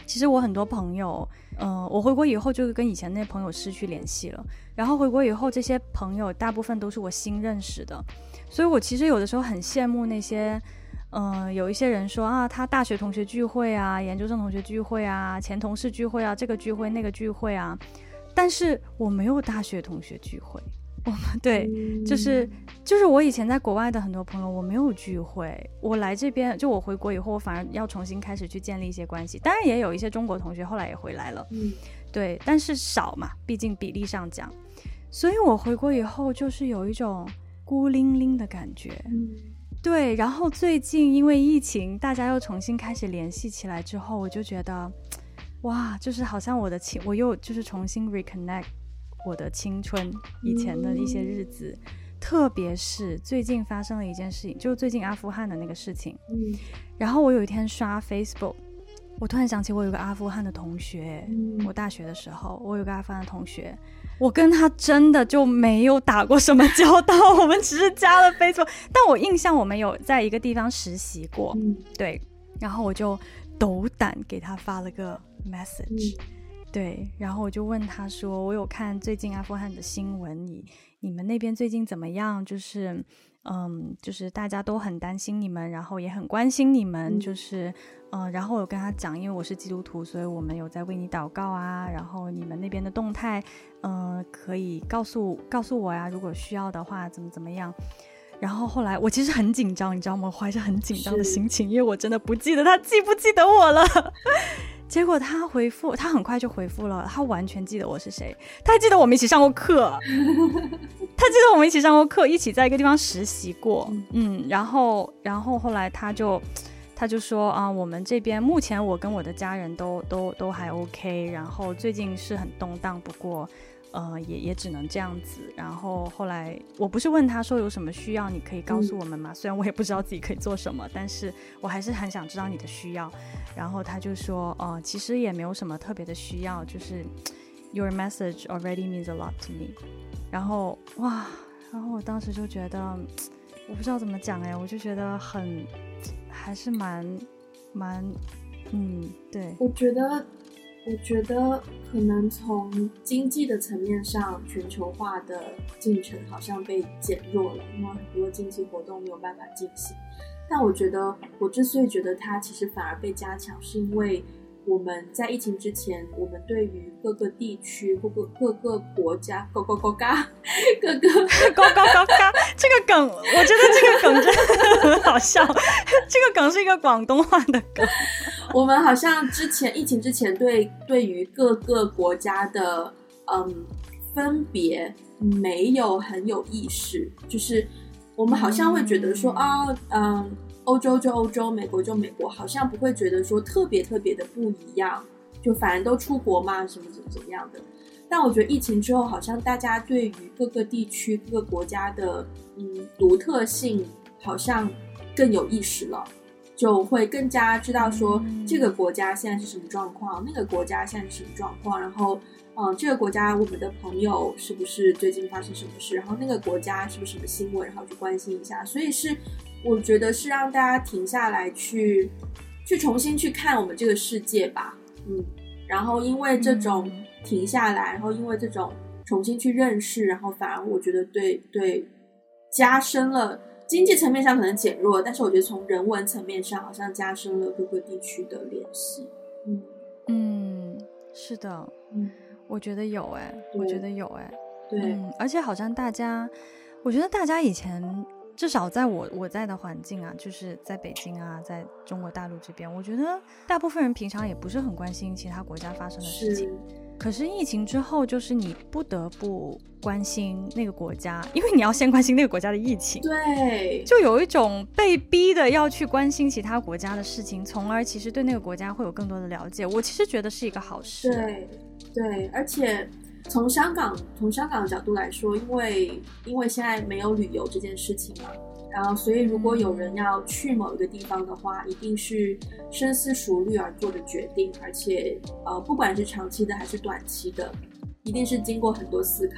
其实我很多朋友呃，我回国以后就跟以前那些朋友失去联系了，然后回国以后这些朋友大部分都是我新认识的，所以我其实有的时候很羡慕那些呃，有一些人说啊，他大学同学聚会啊，研究生同学聚会啊，前同事聚会啊，这个聚会那个聚会啊，但是我没有大学同学聚会。我们对，就是就是我以前在国外的很多朋友，我没有聚会。我来这边，就我回国以后，我反而要重新开始去建立一些关系。当然也有一些中国同学后来也回来了，嗯，对，但是少嘛，毕竟比例上讲。所以我回国以后，就是有一种孤零零的感觉。嗯，对。然后最近因为疫情，大家又重新开始联系起来之后，我就觉得，哇，就是好像我的青，我又就是重新 reconnect。我的青春以前的一些日子、嗯、特别是最近发生了一件事情，就是最近阿富汗的那个事情、嗯、然后我有一天刷 Facebook， 我突然想起我有个阿富汗的同学、嗯、我大学的时候我有个阿富汗的同学，我跟他真的就没有打过什么交道我们只是加了 Facebook， 但我印象我们有在一个地方实习过、嗯、对，然后我就斗胆给他发了个 message、嗯，对，然后我就问他说，我有看最近阿富汗的新闻，你你们那边最近怎么样？就是嗯，就是大家都很担心你们，然后也很关心你们，嗯、就是嗯，然后我跟他讲，因为我是基督徒，所以我们有在为你祷告啊，然后你们那边的动态，嗯，可以告诉告诉我呀，如果需要的话，怎么怎么样。然后后来我其实很紧张，你知道吗？怀着很紧张的心情，因为我真的不记得他记不记得我了。结果他回复，他很快就回复了，他完全记得我是谁，他还记得我们一起上过课，他记得我们一起上过课，一起在一个地方实习过，嗯，然后然后后来他就他就说啊，我们这边目前我跟我的家人都都都还 OK， 然后最近是很动荡，不过呃，也也只能这样子。然后后来我不是问他说有什么需要你可以告诉我们吗、嗯、虽然我也不知道自己可以做什么，但是我还是很想知道你的需要。然后他就说呃，其实也没有什么特别的需要，就是 Your message already means a lot to me。 然后哇，然后我当时就觉得我不知道怎么讲哎，我就觉得很还是蛮蛮嗯，对，
我觉得我觉得可能从经济的层面上，全球化的进程好像被减弱了，因为很多经济活动没有办法进行。但我觉得我之所以觉得它其实反而被加强，是因为我们在疫情之前，我们对于各个地区、各个各个国家、各个国家、各个
高高高高，这个梗，我觉得这个梗真的很好笑。这个梗是一个广东话的梗。
我们好像之前疫情之前对对于各个国家的嗯分别没有很有意识，就是我们好像会觉得说、嗯、啊嗯。欧洲就欧洲，美国就美国，好像不会觉得说特别特别的不一样，就反正都出国嘛，什么怎么怎么样的。但我觉得疫情之后，好像大家对于各个地区、各个国家的嗯独特性，好像更有意识了，就会更加知道说、嗯、这个国家现在是什么状况，那个国家现在是什么状况，然后嗯，这个国家我们的朋友是不是最近发生什么事，然后那个国家是不是什么新闻，然后去关心一下。所以是我觉得是让大家停下来去去重新去看我们这个世界吧，嗯，然后因为这种停下来，然后因为这种重新去认识，然后反而我觉得对对加深了经济层面上可能减弱，但是我觉得从人文层面上好像加深了各个地区的联系。嗯
嗯，是的，嗯，我觉得有哎，我觉得有哎，
对、
嗯，而且好像大家，我觉得大家以前。至少在我我在的环境啊，就是在北京啊，在中国大陆这边，我觉得大部分人平常也不是很关心其他国家发生的事情。可是疫情之后，就是你不得不关心那个国家，因为你要先关心那个国家的疫情。
对，
就有一种被逼的要去关心其他国家的事情，从而其实对那个国家会有更多的了解。我其实觉得是一个好事。
对对，而且从香港从香港的角度来说，因为因为现在没有旅游这件事情嘛，然后所以如果有人要去某一个地方的话，一定是深思熟虑而做的决定，而且呃不管是长期的还是短期的，一定是经过很多思考。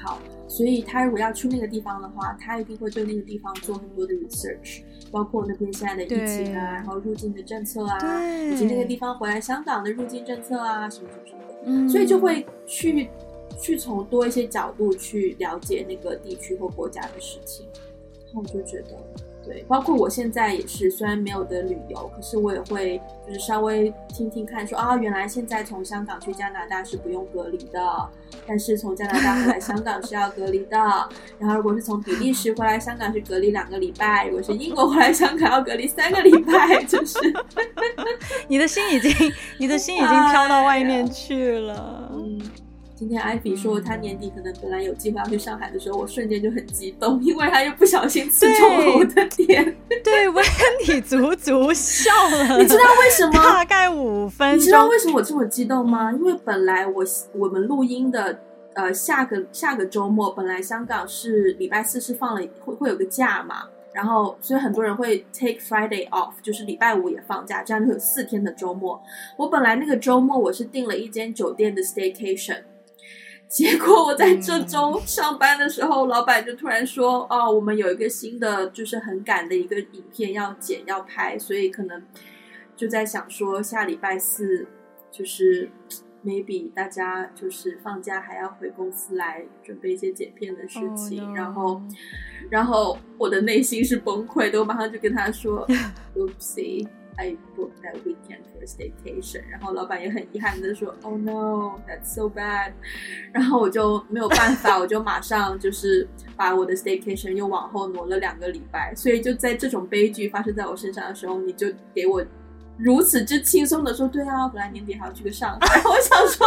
所以他如果要去那个地方的话，他一定会对那个地方做很多的 research， 包括那边现在的疫情啊，然后入境的政策啊，以及那个地方回来香港的入境政策啊，什么什么什么的、嗯、所以就会去去从多一些角度去了解那个地区或国家的事情。然后我就觉得对，包括我现在也是，虽然没有得旅游，可是我也会就是稍微听听看说啊，原来现在从香港去加拿大是不用隔离的，但是从加拿大回来香港是要隔离的然后如果是从比利时回来香港是隔离两个礼拜，如果是英国回来香港要隔离三个礼拜就是
你的心已经你的心已经飘到外面去了、哎
嗯今天艾比说他年底可能本来有计划要去上海的时候，我瞬间就很激动，因为他又不小心刺中了我的点。
对，温迪足足笑了，
你知道为什么？
大概五分钟。
你知道为什么我这么激动吗？因为本来我我们录音的呃下个下个周末，本来香港是礼拜四是放了会会有个假嘛，然后所以很多人会 take Friday off， 就是礼拜五也放假，这样就有四天的周末。我本来那个周末我是订了一间酒店的 staycation。结果我在这周上班的时候、嗯、老板就突然说哦，我们有一个新的就是很赶的一个影片要剪要拍，所以可能就在想说下礼拜四就是 maybe 大家就是放假还要回公司来准备一些剪片的事情、oh, no. 然后然后我的内心是崩溃的，我马上就跟他说Oopsie I booked that weekend for a staycation， 然后老板也很遗憾的说 Oh no that's so bad， 然后我就没有办法我就马上就是把我的 staycation 又往后挪了两个礼拜，所以就在这种悲剧发生在我身上的时候，你就给我如此之轻松的说对啊本来年底还要去个上海我想说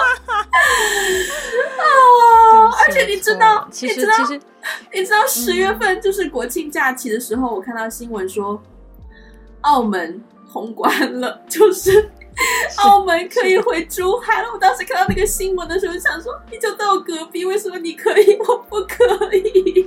啊，而且你知道
其实
你知道
其实
你知道十月份就是国庆假期的时候、嗯、我看到新闻说澳门通关了，就是澳门可以回珠海了。我当时看到那个新闻的时候想说你就在我隔壁，为什么你可以我不可以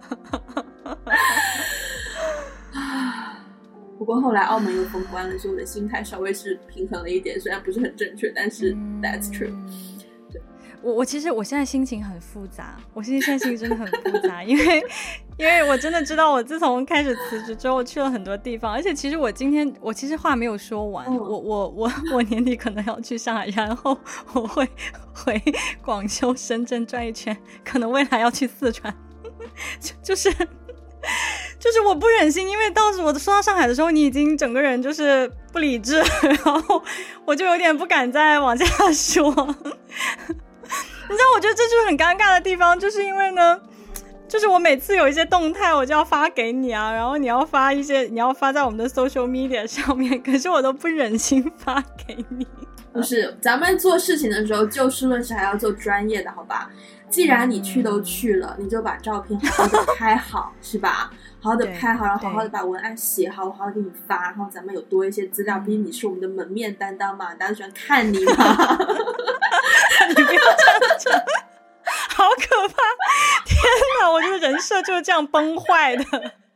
不过后来澳门又封关了，所以我的心态稍微是平衡了一点，虽然不是很正确，但是 that's true、嗯、
我我其实我现在心情很复杂，我现在心情真的很复杂因为因为我真的知道我自从开始辞职之后我去了很多地方，而且其实我今天我其实话没有说完、嗯、我我我我年底可能要去上海，然后我会回广州深圳转一圈，可能未来要去四川就就是就是我不忍心，因为当时我说到上海的时候你已经整个人就是不理智，然后我就有点不敢再往下说你知道我觉得这就是很尴尬的地方，就是因为呢就是我每次有一些动态我就要发给你啊，然后你要发一些你要发在我们的 social media 上面，可是我都不忍心发给你。
不是，咱们做事情的时候就事论事还要做专业的好吧，既然你去都去了、嗯、你就把照片好好的拍好是吧，好好的拍好，然后好好的把文案写好，好好的给你发，然后咱们有多一些资料，毕竟你是我们的门面担当嘛，大家都喜欢看你嘛
你不要这样讲好可怕，天哪，我觉得人设就是这样崩坏的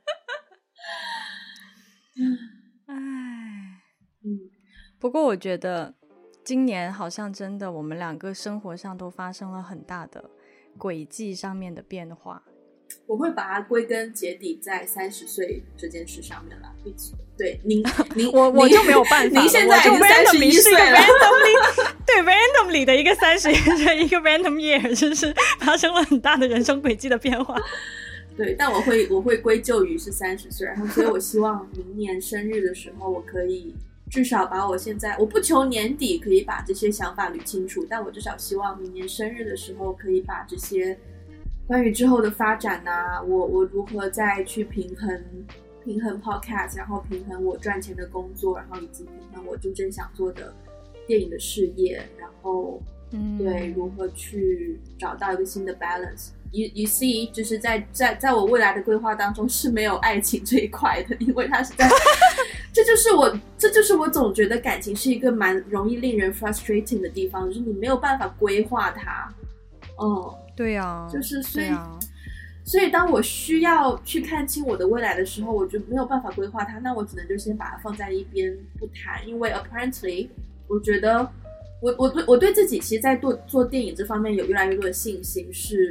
唉，嗯，不过我觉得今年好像真的我们两个生活上都发生了很大的轨迹上面的变化。
我会把它归根结底在三十岁这件事上面啦。对，您您
我我就没有办法了，
您现在已经三十一岁了
对 randomly 的一个三十一个 random year 就是发生了很大的人生轨迹的变化。
对，但我会我会归咎于是三十岁，然后所以我希望明年生日的时候我可以至少把我现在，我不求年底可以把这些想法捋清楚，但我至少希望明年生日的时候可以把这些关于之后的发展啊，我我如何再去平衡平衡 podcast， 然后平衡我赚钱的工作，然后以及平衡我真正想做的电影的事业，然后嗯，对，如何去找到一个新的 balance。 You, you see， 就是在在在我未来的规划当中是没有爱情这一块的，因为它是在这就是我这就是我总觉得感情是一个蛮容易令人 frustrating 的地方，就是你没有办法规划它。嗯，
对啊，
就是所以、
啊、
所以当我需要去看清我的未来的时候，我就没有办法规划它，那我只能就先把它放在一边不谈，因为 apparently 我觉得我我对我对自己其实在做做电影这方面有越来越多的信心，是我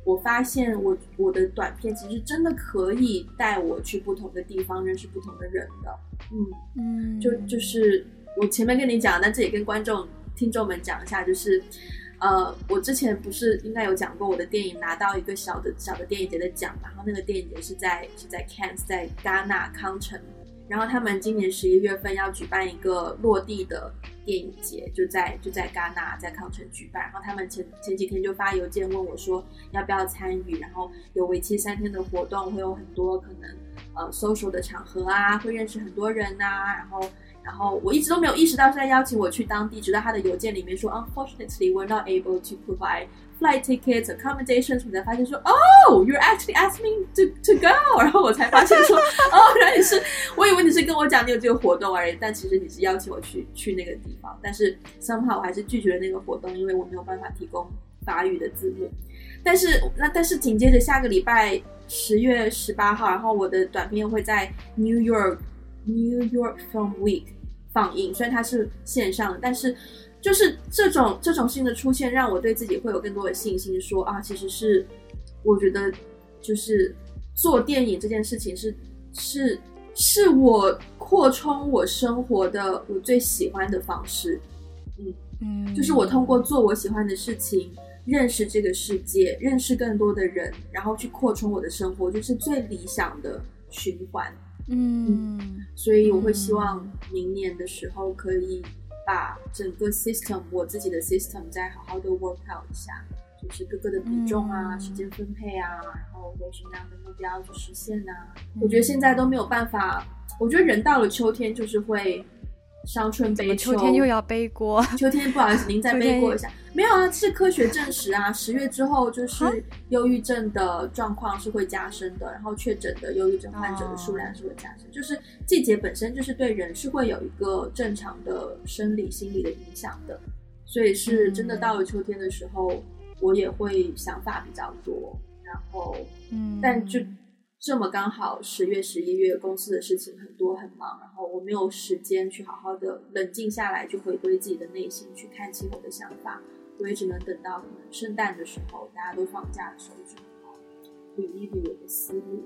我发现我我的短片其实真的可以带我去不同的地方，认识不同的人的。嗯嗯，就就是我前面跟你讲，但这也跟观众听众们讲一下，就是呃，我之前不是应该有讲过，我的电影拿到一个小的小的电影节的奖嘛，然后那个电影节是在是在 Cannes， 在戛纳康城。然后他们今年十一月份要举办一个落地的电影节，就在就在戛纳，在康城举办。然后他们前前几天就发邮件问我说要不要参与，然后有为期三天的活动，会有很多可能呃 social 的场合啊，会认识很多人啊，然后然后我一直都没有意识到是在邀请我去当地，直到他的邮件里面说 Unfortunately we're not able to provide flight tickets, accommodations， 我才发现说 Oh, you're actually asking me to, to go， 然后我才发现说哦，原来你是，我以为你是跟我讲你有这个活动而已，但其实你是邀请我去去那个地方，但是 somehow 我还是拒绝了那个活动，因为我没有办法提供法语的字幕。但是那但是紧接着下个礼拜十月十八号，然后我的短片会在 New York New York Film Week 放映，虽然它是线上的，但是就是这种这种新的出现，让我对自己会有更多的信心说，啊，其实是我觉得就是做电影这件事情是是是我扩充我生活的我最喜欢的方式。嗯嗯，就是我通过做我喜欢的事情认识这个世界，认识更多的人，然后去扩充我的生活，就是最理想的循环。嗯, 嗯所以我会希望明年的时候可以把整个 system 我自己的 system 再好好的 work out 一下，就是各个的比重啊、嗯、时间分配啊，然后有什么样的目标去实现啊、嗯、我觉得现在都没有办法，我觉得人到了秋天就是会伤春悲秋，
秋天又要背锅，
秋天不好意思您再背锅一下，没有啊，是科学证实啊，十月之后就是忧郁症的状况是会加深的，然后确诊的忧郁症患者的数量是会加深、哦、就是季节本身就是对人是会有一个正常的生理心理的影响的，所以是真的到了秋天的时候、嗯、我也会想法比较多，然后嗯，但就这么刚好十月十一月公司的事情很多很忙，然后我没有时间去好好的冷静下来，去回归自己的内心，去看清我的想法，我也只能等到可能圣诞的时候大家都放假的时候去好好捋一捋我的思路。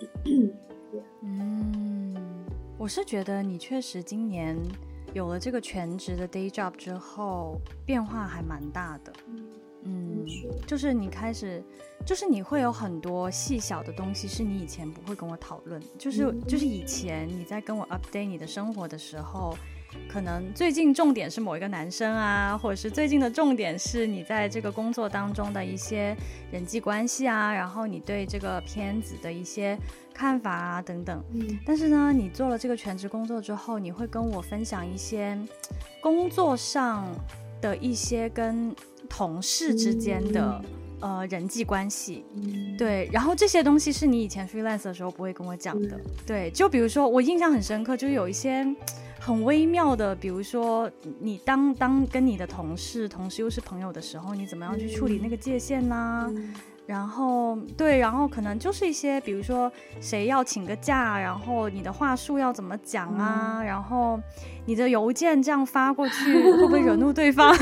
嗯，我是觉得你确实今年有了这个全职的 day job 之后变化还蛮大的。嗯，就是你开始就是你会有很多细小的东西是你以前不会跟我讨论，就是就是以前你在跟我 update 你的生活的时候，可能最近重点是某一个男生啊，或者是最近的重点是你在这个工作当中的一些人际关系啊，然后你对这个片子的一些看法啊等等、嗯、但是呢你做了这个全职工作之后，你会跟我分享一些工作上的一些跟同事之间的、嗯、呃人际关系、嗯、对，然后这些东西是你以前 freelance 的时候不会跟我讲的、嗯、对，就比如说我印象很深刻，就有一些很微妙的，比如说你当当跟你的同事同时又是朋友的时候，你怎么样去处理那个界限呢、嗯、然后对，然后可能就是一些比如说谁要请个假，然后你的话术要怎么讲啊、嗯、然后你的邮件这样发过去会不会惹怒对方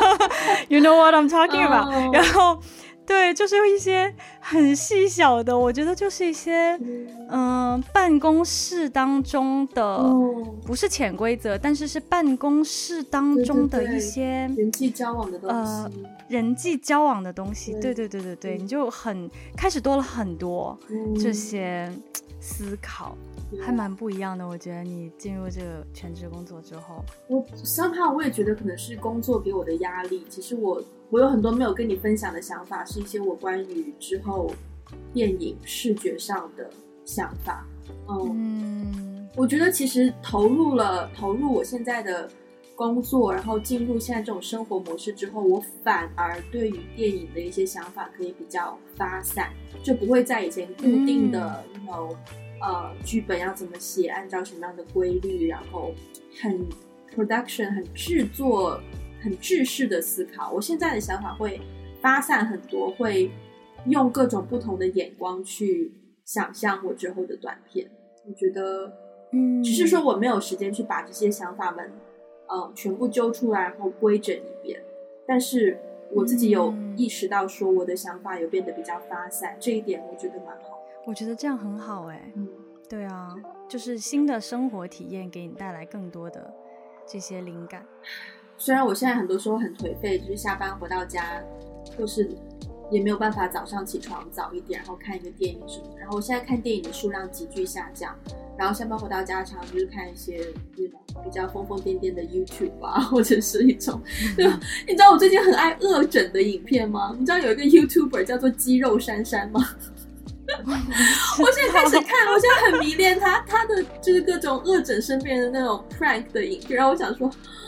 You know what I'm talking about、oh. 然后对，就是一些很细小的，我觉得就是一些嗯、呃，办公室当中的、oh. 不是潜规则，但是是办公室当中的一些
对对对人际交往的东西、
呃、人际交往的东西，对对对对对，你就很开始多了很多这些思考、嗯、还蛮不一样的。我觉得你进入这个全职工作之后，
我 somehow 我也觉得可能是工作给我的压力，其实我我有很多没有跟你分享的想法，是一些我关于之后电影视觉上的想法。 嗯, 嗯我觉得其实投入了投入我现在的工作，然后进入现在这种生活模式之后，我反而对于电影的一些想法可以比较发散，就不会在以前固定的、嗯 you know, 呃剧本要怎么写，按照什么样的规律，然后很 production 很制作很制式的思考。我现在的想法会发散很多，会用各种不同的眼光去想象我之后的短片。我觉得嗯，只是说我没有时间去把这些想法们呃全部揪出来，然后规整一遍，但是我自己有意识到说我的想法有变得比较发散，这一点我觉得蛮好。
我觉得这样很好哎、欸嗯，对啊，就是新的生活体验给你带来更多的这些灵感。
虽然我现在很多时候很颓废，就是下班回到家或是也没有办法早上起床早一点然后看一个电影什么，然后我现在看电影的数量急剧下降，然后下班回到家常就是看一些比较疯疯癫癫的 YouTube 啊，或者是一种对吧？你知道我最近很爱恶整的影片吗？你知道有一个 YouTuber 叫做肌肉珊珊吗？我现在开始看，我现在很迷恋他他的就是各种恶整身边的那种 prank 的影片，然后我想说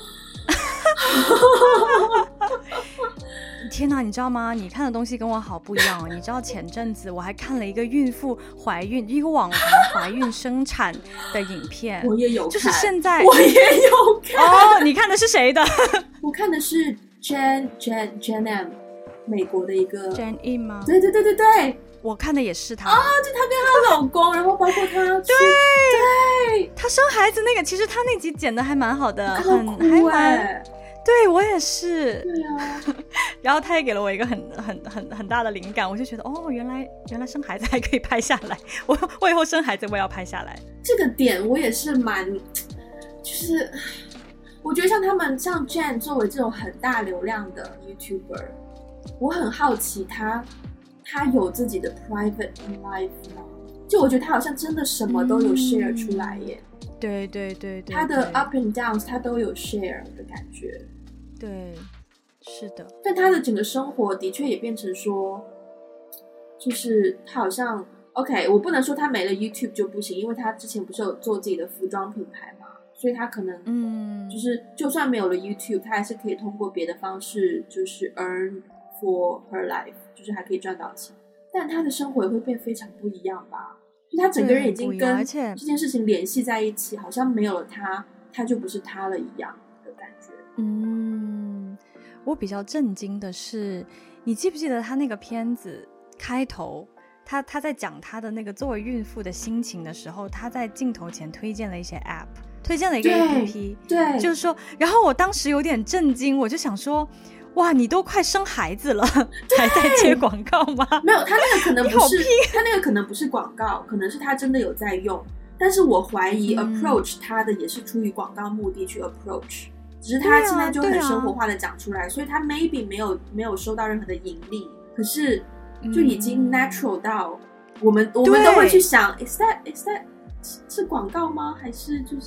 天哪，你知道吗？你看的东西跟我好不一样哦。你知道前阵子我还看了一个孕妇怀孕，一个网红怀孕生产的影片。
我也有看，
就是现在
我也有看。
哦，你看的是谁的？
我看的是 Jen Jen Jen M， 美国的一个
Jen In 吗？
对对对对对，
我看的也是她
啊，就她跟她老公，然后包括她对
对，她生孩子那个，其实她那集剪的还蛮好的，很还蛮。对，我也是。
对啊，
然后他也给了我一个很很很很大的灵感，我就觉得哦，原来原来生孩子还可以拍下来，我我以后生孩子我也要拍下来。
这个点我也是蛮，就是我觉得像他们像 Jen 作为这种很大流量的 YouTuber， 我很好奇他他有自己的 private life 吗？就我觉得他好像真的什么都有 share 出来耶。
嗯、对, 对, 对, 对对，
他的 up and downs 他都有 share 的感觉。
对，是的。
但他的整个生活的确也变成说，就是他好像 OK， 我不能说他没了 YouTube 就不行，因为他之前不是有做自己的服装品牌嘛，所以他可能嗯，就是就算没有了 YouTube， 他还是可以通过别的方式就是 earn for her life， 就是还可以赚到钱。但他的生活也会变非常不一样吧？就他整个人已经跟这件事情联系在一起，好像没有了他，他就不是他了一样的感觉。
嗯，我比较震惊的是，你记不记得他那个片子开头，他他在讲他的那个作为孕妇的心情的时候，他在镜头前推荐了一些 app， 推荐了一个 A P P，
对，对
就是说，然后我当时有点震惊，我就想说，哇，你都快生孩子了，还在接广告吗？
没有，他那个可能不是，他那个可能不是广告，可能是他真的有在用，但是我怀疑 approach 他的也是出于广告目的去 approach。只是他现在就很生活化的讲出来、啊啊、所以他 maybe 没有没有收到任何的盈利，可是就已经 natural 到我们、嗯、我们都会去想 is that is that 是广告吗？还是就是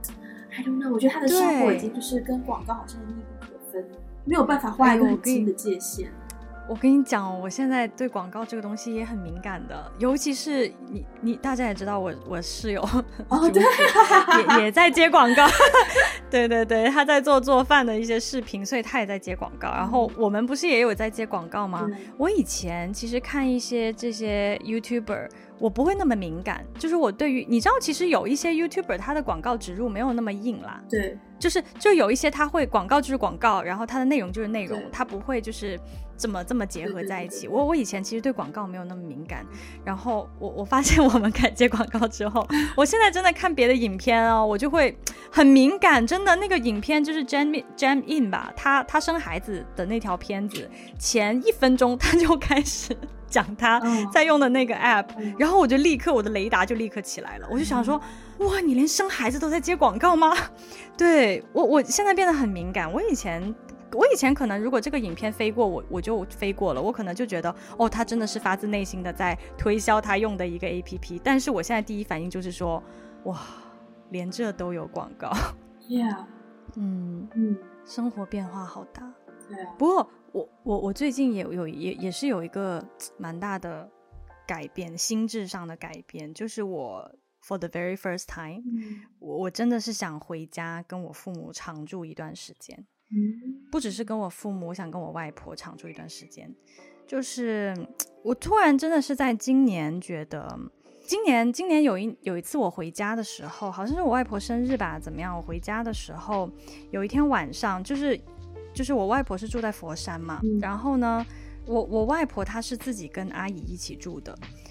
I don't know， 我觉得他的生活已经就是跟广告好像密不可分，没有办法画一个很清的界限。
我跟你讲，我现在对广告这个东西也很敏感的，尤其是你你大家也知道我我室友
哦对
也也在接广告对对对，他在做做饭的一些视频，所以他也在接广告、嗯、然后我们不是也有在接广告吗、嗯、我以前其实看一些这些 YouTuber 我不会那么敏感，就是我对于你知道其实有一些 YouTuber 他的广告植入没有那么硬啦，
对，
就是就有一些他会广告就是广告，然后他的内容就是内容，他不会就是这么这么结合在一起。我我以前其实对广告没有那么敏感，然后我我发现我们改接广告之后，我现在真的看别的影片哦，我就会很敏感，真的那个影片就是 Jam Jam In 吧，他他生孩子的那条片子前一分钟他就开始讲他在用的那个 app、嗯、然后我就立刻我的雷达就立刻起来了，我就想说、嗯、哇，你连生孩子都在接广告吗？对，我我现在变得很敏感，我以前我以前可能如果这个影片飞过我我就飞过了，我可能就觉得哦，他真的是发自内心的在推销他用的一个 A P P， 但是我现在第一反应就是说哇，连这都有广告
Yeah
嗯嗯，生活变化好大。
对啊，
不过我我我最近也有也也是有一个蛮大的改变，心智上的改变，就是我 for the very first time、嗯、我我真的是想回家跟我父母常住一段时间、嗯、不只是跟我父母，我想跟我外婆常住一段时间。就是我突然真的是在今年觉得今年今年有一有一次我回家的时候，好像是我外婆生日吧怎么样，我回家的时候有一天晚上，就是就是我外婆是住在佛山嘛、嗯、然后呢我我外婆她是自己跟阿姨一起住的，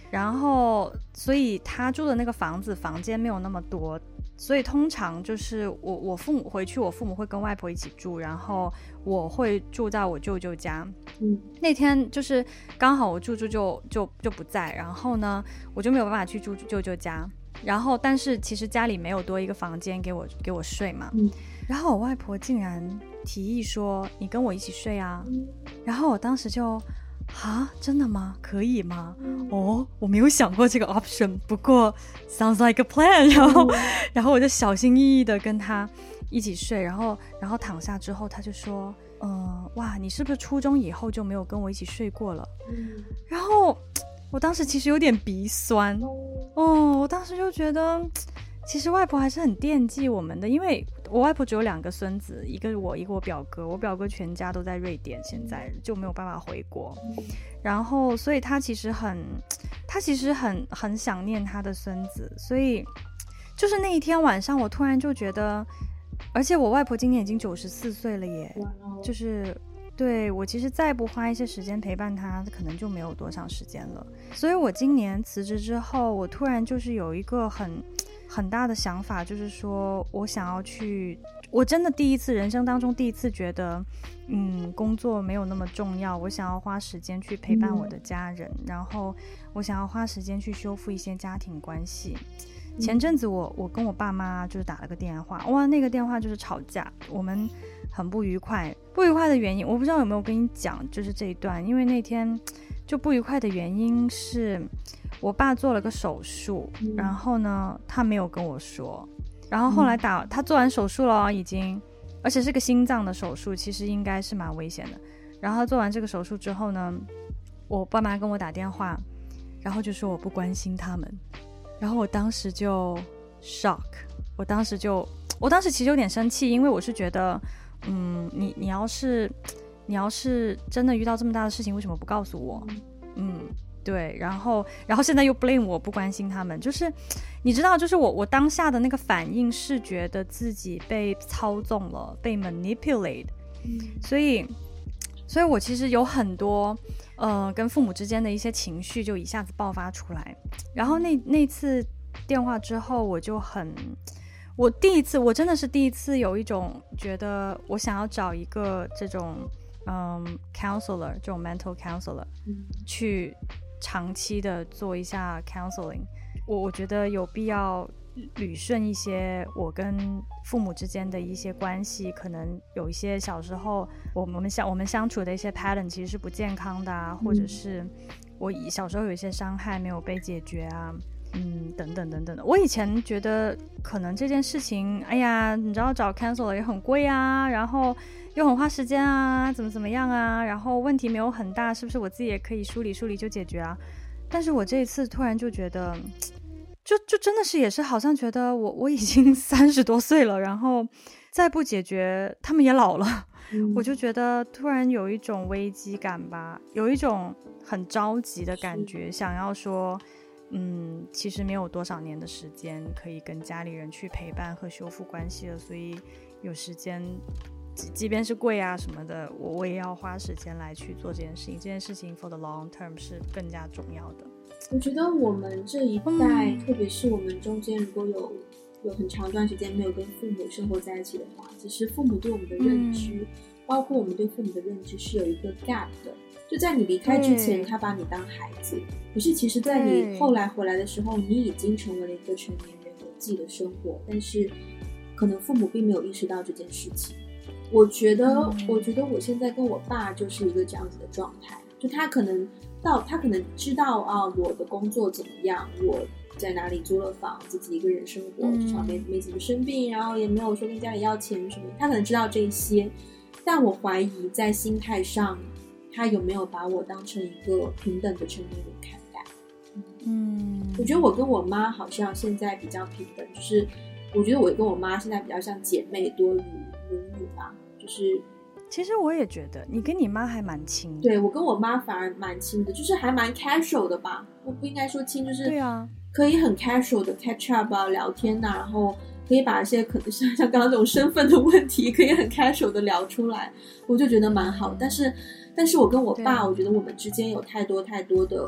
然后所以他住的那个房子房间没有那么多，所以通常就是我我父母回去，我父母会跟外婆一起住，然后我会住在我舅舅家。
嗯，
那天就是刚好我舅舅就就就不在，然后呢我就没有办法去住舅舅家，然后但是其实家里没有多一个房间给我给我睡嘛。
嗯，
然后我外婆竟然提议说你跟我一起睡啊。
嗯，
然后我当时就啊，真的吗？可以吗？哦，我没有想过这个 option， 不过 sounds like a plan。 然后、嗯、然后我就小心翼翼的跟他一起睡，然后然后躺下之后他就说呃，哇，你是不是初中以后就没有跟我一起睡过了？嗯、然后我当时其实有点鼻酸哦，我当时就觉得其实外婆还是很惦记我们的，因为我外婆只有两个孙子，一个我一个我表哥，我表哥全家都在瑞典，现在就没有办法回国，然后所以他其实很他其实很很想念他的孙子，所以就是那一天晚上我突然就觉得，而且我外婆今年已经九十四岁了耶，就是对，我其实再不花一些时间陪伴他可能就没有多长时间了，所以我今年辞职之后，我突然就是有一个很很大的想法，就是说我想要去，我真的第一次人生当中第一次觉得嗯，工作没有那么重要，我想要花时间去陪伴我的家人、嗯、然后我想要花时间去修复一些家庭关系。前阵子我我跟我爸妈就是打了个电话，哇，那个电话就是吵架，我们很不愉快，不愉快的原因我不知道有没有跟你讲，就是这一段，因为那天就不愉快的原因是我爸做了个手术、嗯、然后呢他没有跟我说，然后后来打、嗯、他做完手术了已经，而且是个心脏的手术，其实应该是蛮危险的，然后他做完这个手术之后呢，我爸妈跟我打电话，然后就说我不关心他们，然后我当时就 shock， 我当时就我当时其实有点生气，因为我是觉得嗯，你你要是你要是真的遇到这么大的事情为什么不告诉我，嗯，对，然后然后现在又 blame 我不关心他们，就是你知道，就是我我当下的那个反应是觉得自己被操纵了，被 manipulate、嗯、所以所以我其实有很多呃跟父母之间的一些情绪就一下子爆发出来，然后那那次电话之后我就很我第一次我真的是第一次有一种觉得我想要找一个这种嗯 counselor 这种 mental counselor、嗯、去长期的做一下 counseling， 我我觉得有必要捋顺一些我跟父母之间的一些关系，可能有一些小时候我们相我们相处的一些 pattern 其实是不健康的啊、嗯、或者是我小时候有一些伤害没有被解决啊，嗯，等等等等的。我以前觉得可能这件事情，哎呀，你知道找 counselor 也很贵啊，然后又很花时间啊，怎么怎么样啊，然后问题没有很大，是不是我自己也可以梳理梳理就解决啊？但是我这一次突然就觉得，就就真的是也是好像觉得我我已经三十多岁了，然后再不解决，他们也老了，嗯、我就觉得突然有一种危机感吧，有一种很着急的感觉，想要说。嗯，其实没有多少年的时间可以跟家里人去陪伴和修复关系了，所以有时间即便是贵啊什么的，我我也要花时间来去做这件事情，这件事情 for the long term 是更加重要的。
我觉得我们这一代、嗯、特别是我们中间如果有有很长一段时间没有跟父母生活在一起的话，其实父母对我们的认知、嗯、包括我们对父母的认知是有一个 gap 的，就在你离开之前他把你当孩子，可是其实在你后来回来的时候，你已经成为了一个成年人，有自己的生活，但是可能父母并没有意识到这件事情。我觉得、嗯、我觉得我现在跟我爸就是一个这样子的状态，就他可能到他可能知道啊我的工作怎么样，我在哪里租了房，自己一个人生活，至少没没怎么生病，然后也没有说跟家里要钱什么，他可能知道这些，但我怀疑在心态上他有没有把我当成一个平等的成年人看待。嗯，我觉得我跟我妈好像现在比较平等，就是我觉得我跟我妈现在比较像姐妹多于母女吧，就是
其实我也觉得你跟你妈还蛮亲的。
对，我跟我妈反而蛮亲的，就是还蛮 casual 的吧，我不应该说亲，就是
对啊，
可以很 casual 的 catch up 啊，聊天啊，然后可以把一些可能像像刚刚这种身份的问题可以很 casual 的聊出来，我就觉得蛮好。但是但是我跟我爸，我觉得我们之间有太多太多的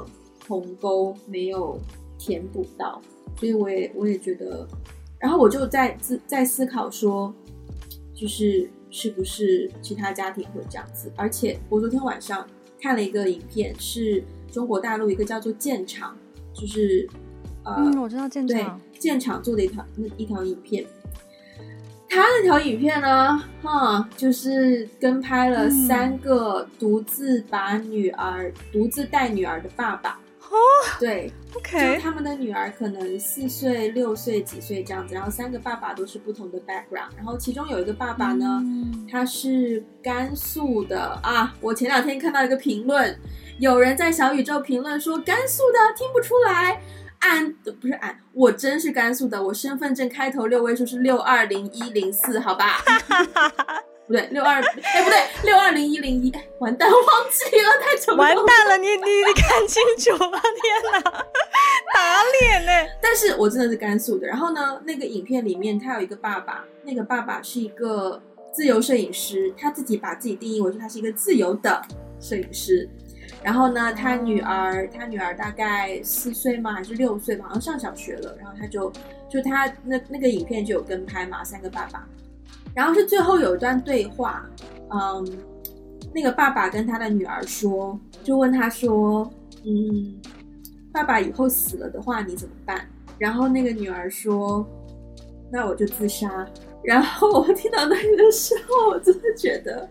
鸿沟没有填补到，所以我也我也觉得，然后我就在在思考说，就是是不是其他家庭会这样子？而且我昨天晚上看了一个影片，是中国大陆一个叫做建厂，就是呃，
嗯，我知道建厂，
对，建厂做的一条一条影片。他那条影片呢，哈，就是跟拍了三个独自把女儿、嗯、独自带女儿的爸爸。
哦，
对
，OK，
就他们的女儿可能四岁、六岁、几岁这样子，然后三个爸爸都是不同的 background， 然后其中有一个爸爸呢，嗯、他是甘肃的啊。我前两天看到一个评论，有人在小宇宙评论说甘肃的听不出来。俺不是俺，我真是甘肃的，我身份证开头六位数是六二零一零四，好吧？不对，六二，哎，不对，六二零一零一，完蛋，忘记了，太久了，
完蛋了，你你你看清楚了，天哪，打脸呢！
但是我真的是甘肃的。然后呢，那个影片里面他有一个爸爸，那个爸爸是一个自由摄影师，他自己把自己定义为说他是一个自由的摄影师。然后呢，他女儿，他女儿大概四岁吗？还是六岁吧？好像上小学了。然后他就，就他那那个影片就有跟拍嘛，三个爸爸。然后是最后有一段对话，嗯，那个爸爸跟他的女儿说，就问他说，嗯，爸爸以后死了的话你怎么办？然后那个女儿说，那我就自杀。然后我听到那个时候，我真的觉得，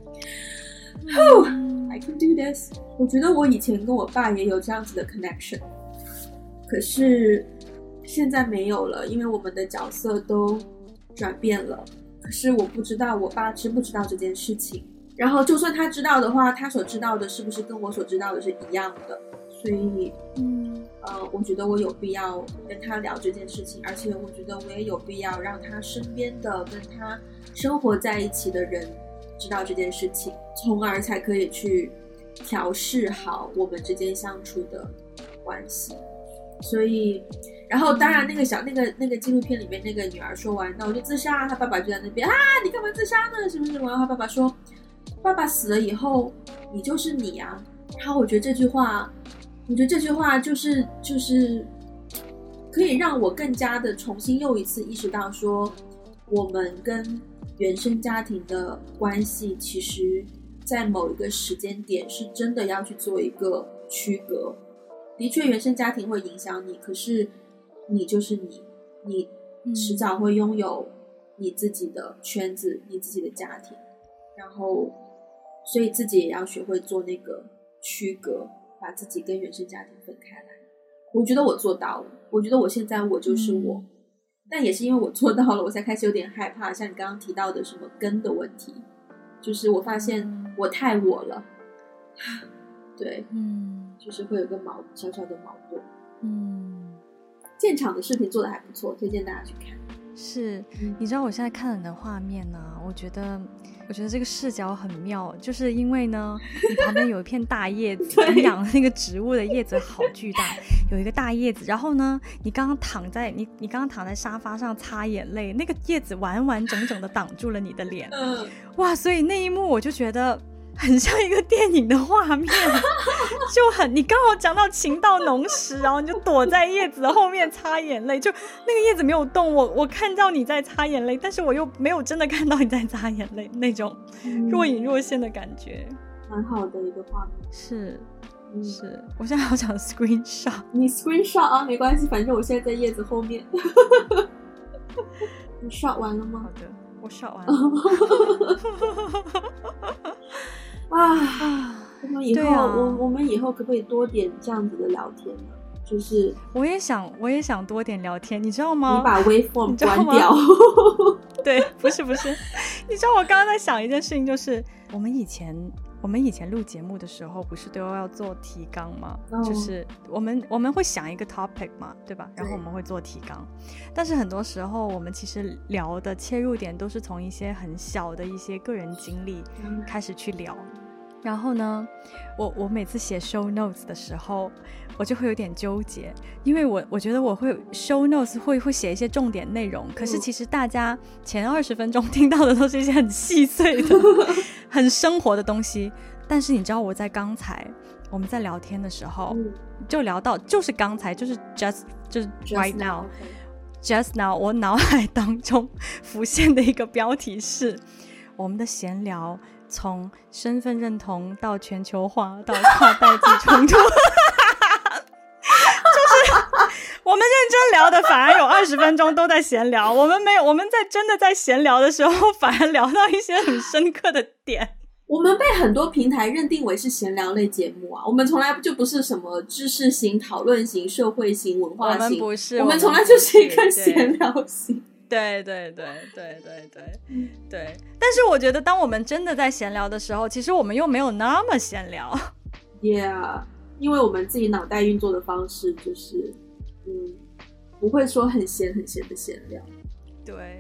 嗯 I can do this。 我觉得我以前跟我爸也有这样子的 connection， 可是现在没有了，因为我们的角色都转变了。可是我不知道我爸知不知道这件事情，然后就算他知道的话，他所知道的是不是跟我所知道的是一样的？所以嗯呃，我觉得我有必要跟他聊这件事情，而且我觉得我也有必要让他身边的跟他生活在一起的人知道这件事情，从而才可以去调试好我们之间相处的关系。所以然后当然那个小那个那个纪录片里面那个女儿说完，那我就自杀，他爸爸就在那边啊，你干嘛自杀呢？是不是？然后他爸爸说，爸爸死了以后你就是你啊。然后我觉得这句话我觉得这句话就是就是可以让我更加的重新又一次意识到说，我们跟原生家庭的关系其实在某一个时间点是真的要去做一个区隔。的确原生家庭会影响你，可是你就是你，你迟早会拥有你自己的圈子、嗯、你自己的家庭，然后所以自己也要学会做那个区隔，把自己跟原生家庭分开来。我觉得我做到了，我觉得我现在我就是我、嗯、但也是因为我做到了，我才开始有点害怕，像你刚刚提到的什么根的问题，就是我发现我太我了，对，嗯，就是会有个矛小小的矛盾。嗯，建厂的视频做得还不错，推荐大家去看。
是、嗯、你知道我现在看你的画面呢、啊，我觉得我觉得这个视角很妙，就是因为呢你旁边有一片大叶子你养的那个植物的叶子好巨大，有一个大叶子，然后呢你刚刚躺在你你刚刚躺在沙发上擦眼泪，那个叶子完完整整的挡住了你的脸、嗯、哇，所以那一幕我就觉得很像一个电影的画面，就很你刚好讲到情到浓时，然后你就躲在叶子的后面擦眼泪，就那个叶子没有动，我我看到你在擦眼泪，但是我又没有真的看到你在擦眼泪，那种若隐若现的感觉，
蛮、嗯、好的一个画面。
是、嗯、是，我现在好想 screenshot。
你 screenshot 啊，没关系，反正我现在在叶子后面。你 shot 完了吗？
好的，我 shot 完了。
啊，我们以后、
啊、
我我们以后可不可以多点这样子的聊天呢？就是
我也想我也想多点聊天，你知道吗？
你把 waveform 关掉。
对，不是不是，你知道我刚刚在想一件事情，就是我们以前我们以前录节目的时候不是都要做提纲吗、oh. 就是我们我们会想一个 topic 嘛，对吧？然后我们会做提纲，但是很多时候我们其实聊的切入点都是从一些很小的一些个人经历开始去聊、嗯、然后呢我我每次写 show notes 的时候我就会有点纠结，因为我我觉得我会 show notes 会会写一些重点内容，可是其实大家前二十分钟听到的都是一些很细碎的很生活的东西，但是你知道我在刚才我们在聊天的时候、
嗯、
就聊到就是刚才就是 just 就是 right
just
now
now,
just now 我脑海当中浮现的一个标题是我们的闲聊从身份认同到全球化到跨代际冲突就是我们认真聊的反而有二十分钟都在闲聊，我们没有，我们在真的在闲聊的时候反而聊到一些很深刻的点。
我们被很多平台认定为是闲聊类节目啊，我们从来就不是什么知识型、讨论型、社会型、文化型，
我们不是，
我们从来就是一个闲聊型。
对对对对对对对，但是我觉得当我们真的在闲聊的时候，其实我们又没有那么闲聊。
Yeah， 因为我们自己脑袋运作的方式就是嗯，不会说很闲很闲的闲聊。
对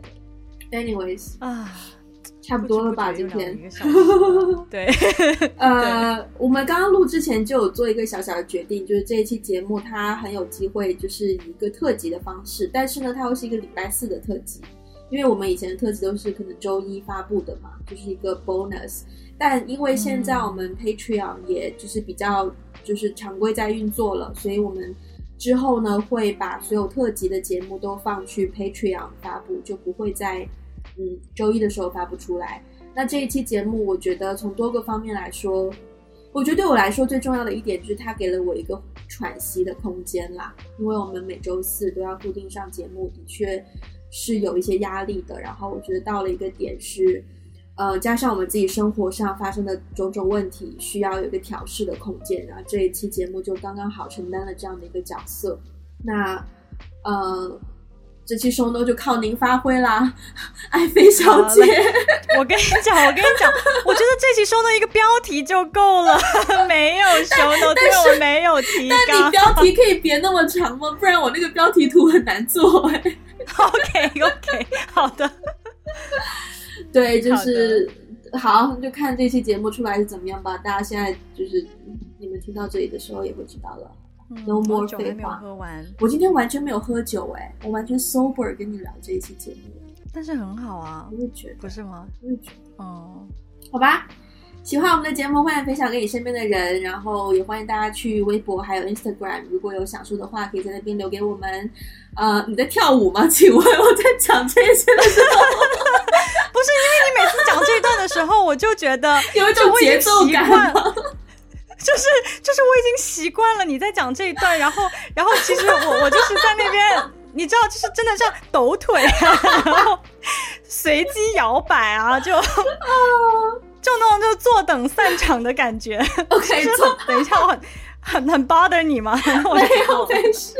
anyways
啊，
差不多了吧今天
对
呃对我们刚刚录之前就有做一个小小的决定，就是这一期节目它很有机会就是以一个特辑的方式，但是呢它会是一个礼拜四的特辑，因为我们以前的特辑都是可能周一发布的嘛，就是一个 bonus， 但因为现在我们 Patreon 也就是比较就是常规在运作了，所以我们之后呢会把所有特辑的节目都放去 Patreon 发布，就不会在嗯周一的时候发布出来。那这一期节目我觉得从多个方面来说，我觉得对我来说最重要的一点就是它给了我一个喘息的空间啦，因为我们每周四都要固定上节目，的确是有一些压力的，然后我觉得到了一个点是呃，加上我们自己生活上发生的种种问题需要有一个调试的空间，然后这一期节目就刚刚好承担了这样的一个角色。那呃这期收 note 就靠您发挥啦，爱妃小姐。
我跟你讲，我跟你讲，我觉得这期收 note 一个标题就够了，没有收 note， 因为我没有提纲。
但你标题可以别那么长吗？不然我那个标题图很难做哎、欸。
OK OK， 好的。
对，就是好，就看这期节目出来是怎么样吧。大家现在就是你们听到这里的时候也会知道了。
嗯、
no more
废话，酒还没有喝完。
我今天完全没有喝酒哎、欸，我完全 sober 跟你聊这一期节目。
但是很好啊，
我也觉得，
不是吗？
我也觉得，
哦、嗯，
好吧。喜欢我们的节目，欢迎分享给你身边的人，然后也欢迎大家去微博还有 Instagram， 如果有想说的话，可以在那边留给我们。呃，你在跳舞吗？请问我在讲这些的时候，
不是因为你每次讲这一段的时候，我就觉得
有一种节奏感吗？
就是就是我已经习惯了你在讲这一段，然后然后其实我我就是在那边，你知道，就是真的像抖腿啊，然后随机摇摆啊，就。就那种就坐等散场的感觉。
OK，
等一下，我很很很 bother 你吗？
没有，没事。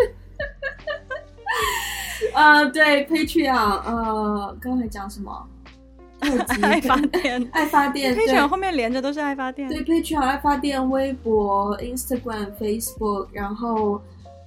呃，对 Patreon， 呃，刚才讲什么？
爱发电，
爱发电
Patreon 后面连着都是爱发电。
对 Patreon 爱发电，微博、Instagram、Facebook， 然后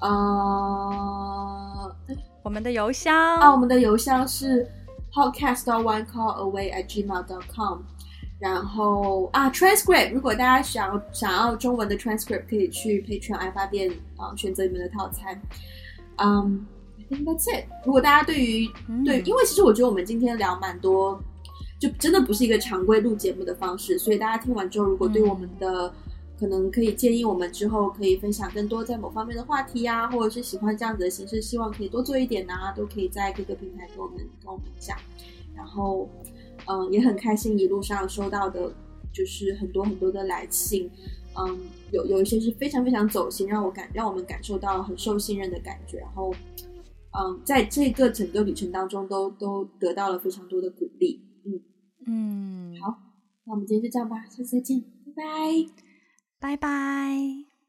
呃，
我们的邮箱
啊，我们的邮箱是 podcast dot one call away at gmail dot com。然后啊 transcript 如果大家想要想要中文的 transcript 可以去 Patreon 爱发电啊、呃、选择你们的套餐。嗯、um, I think that's it。 如果大家对于、嗯、对，因为其实我觉得我们今天聊蛮多，就真的不是一个常规录节目的方式，所以大家听完之后如果对我们的、嗯、可能可以建议我们之后可以分享更多在某方面的话题啊，或者是喜欢这样子的形式，希望可以多做一点啊，都可以在各个平台跟我们跟我们讲。然后嗯，也很开心一路上收到的就是很多很多的来信，嗯，有有一些是非常非常走心，让我感让我们感受到很受信任的感觉，然后嗯，在这个整个旅程当中都都得到了非常多的鼓励。嗯嗯，好，那我们今天就这样吧，下次再见，拜拜，
拜拜。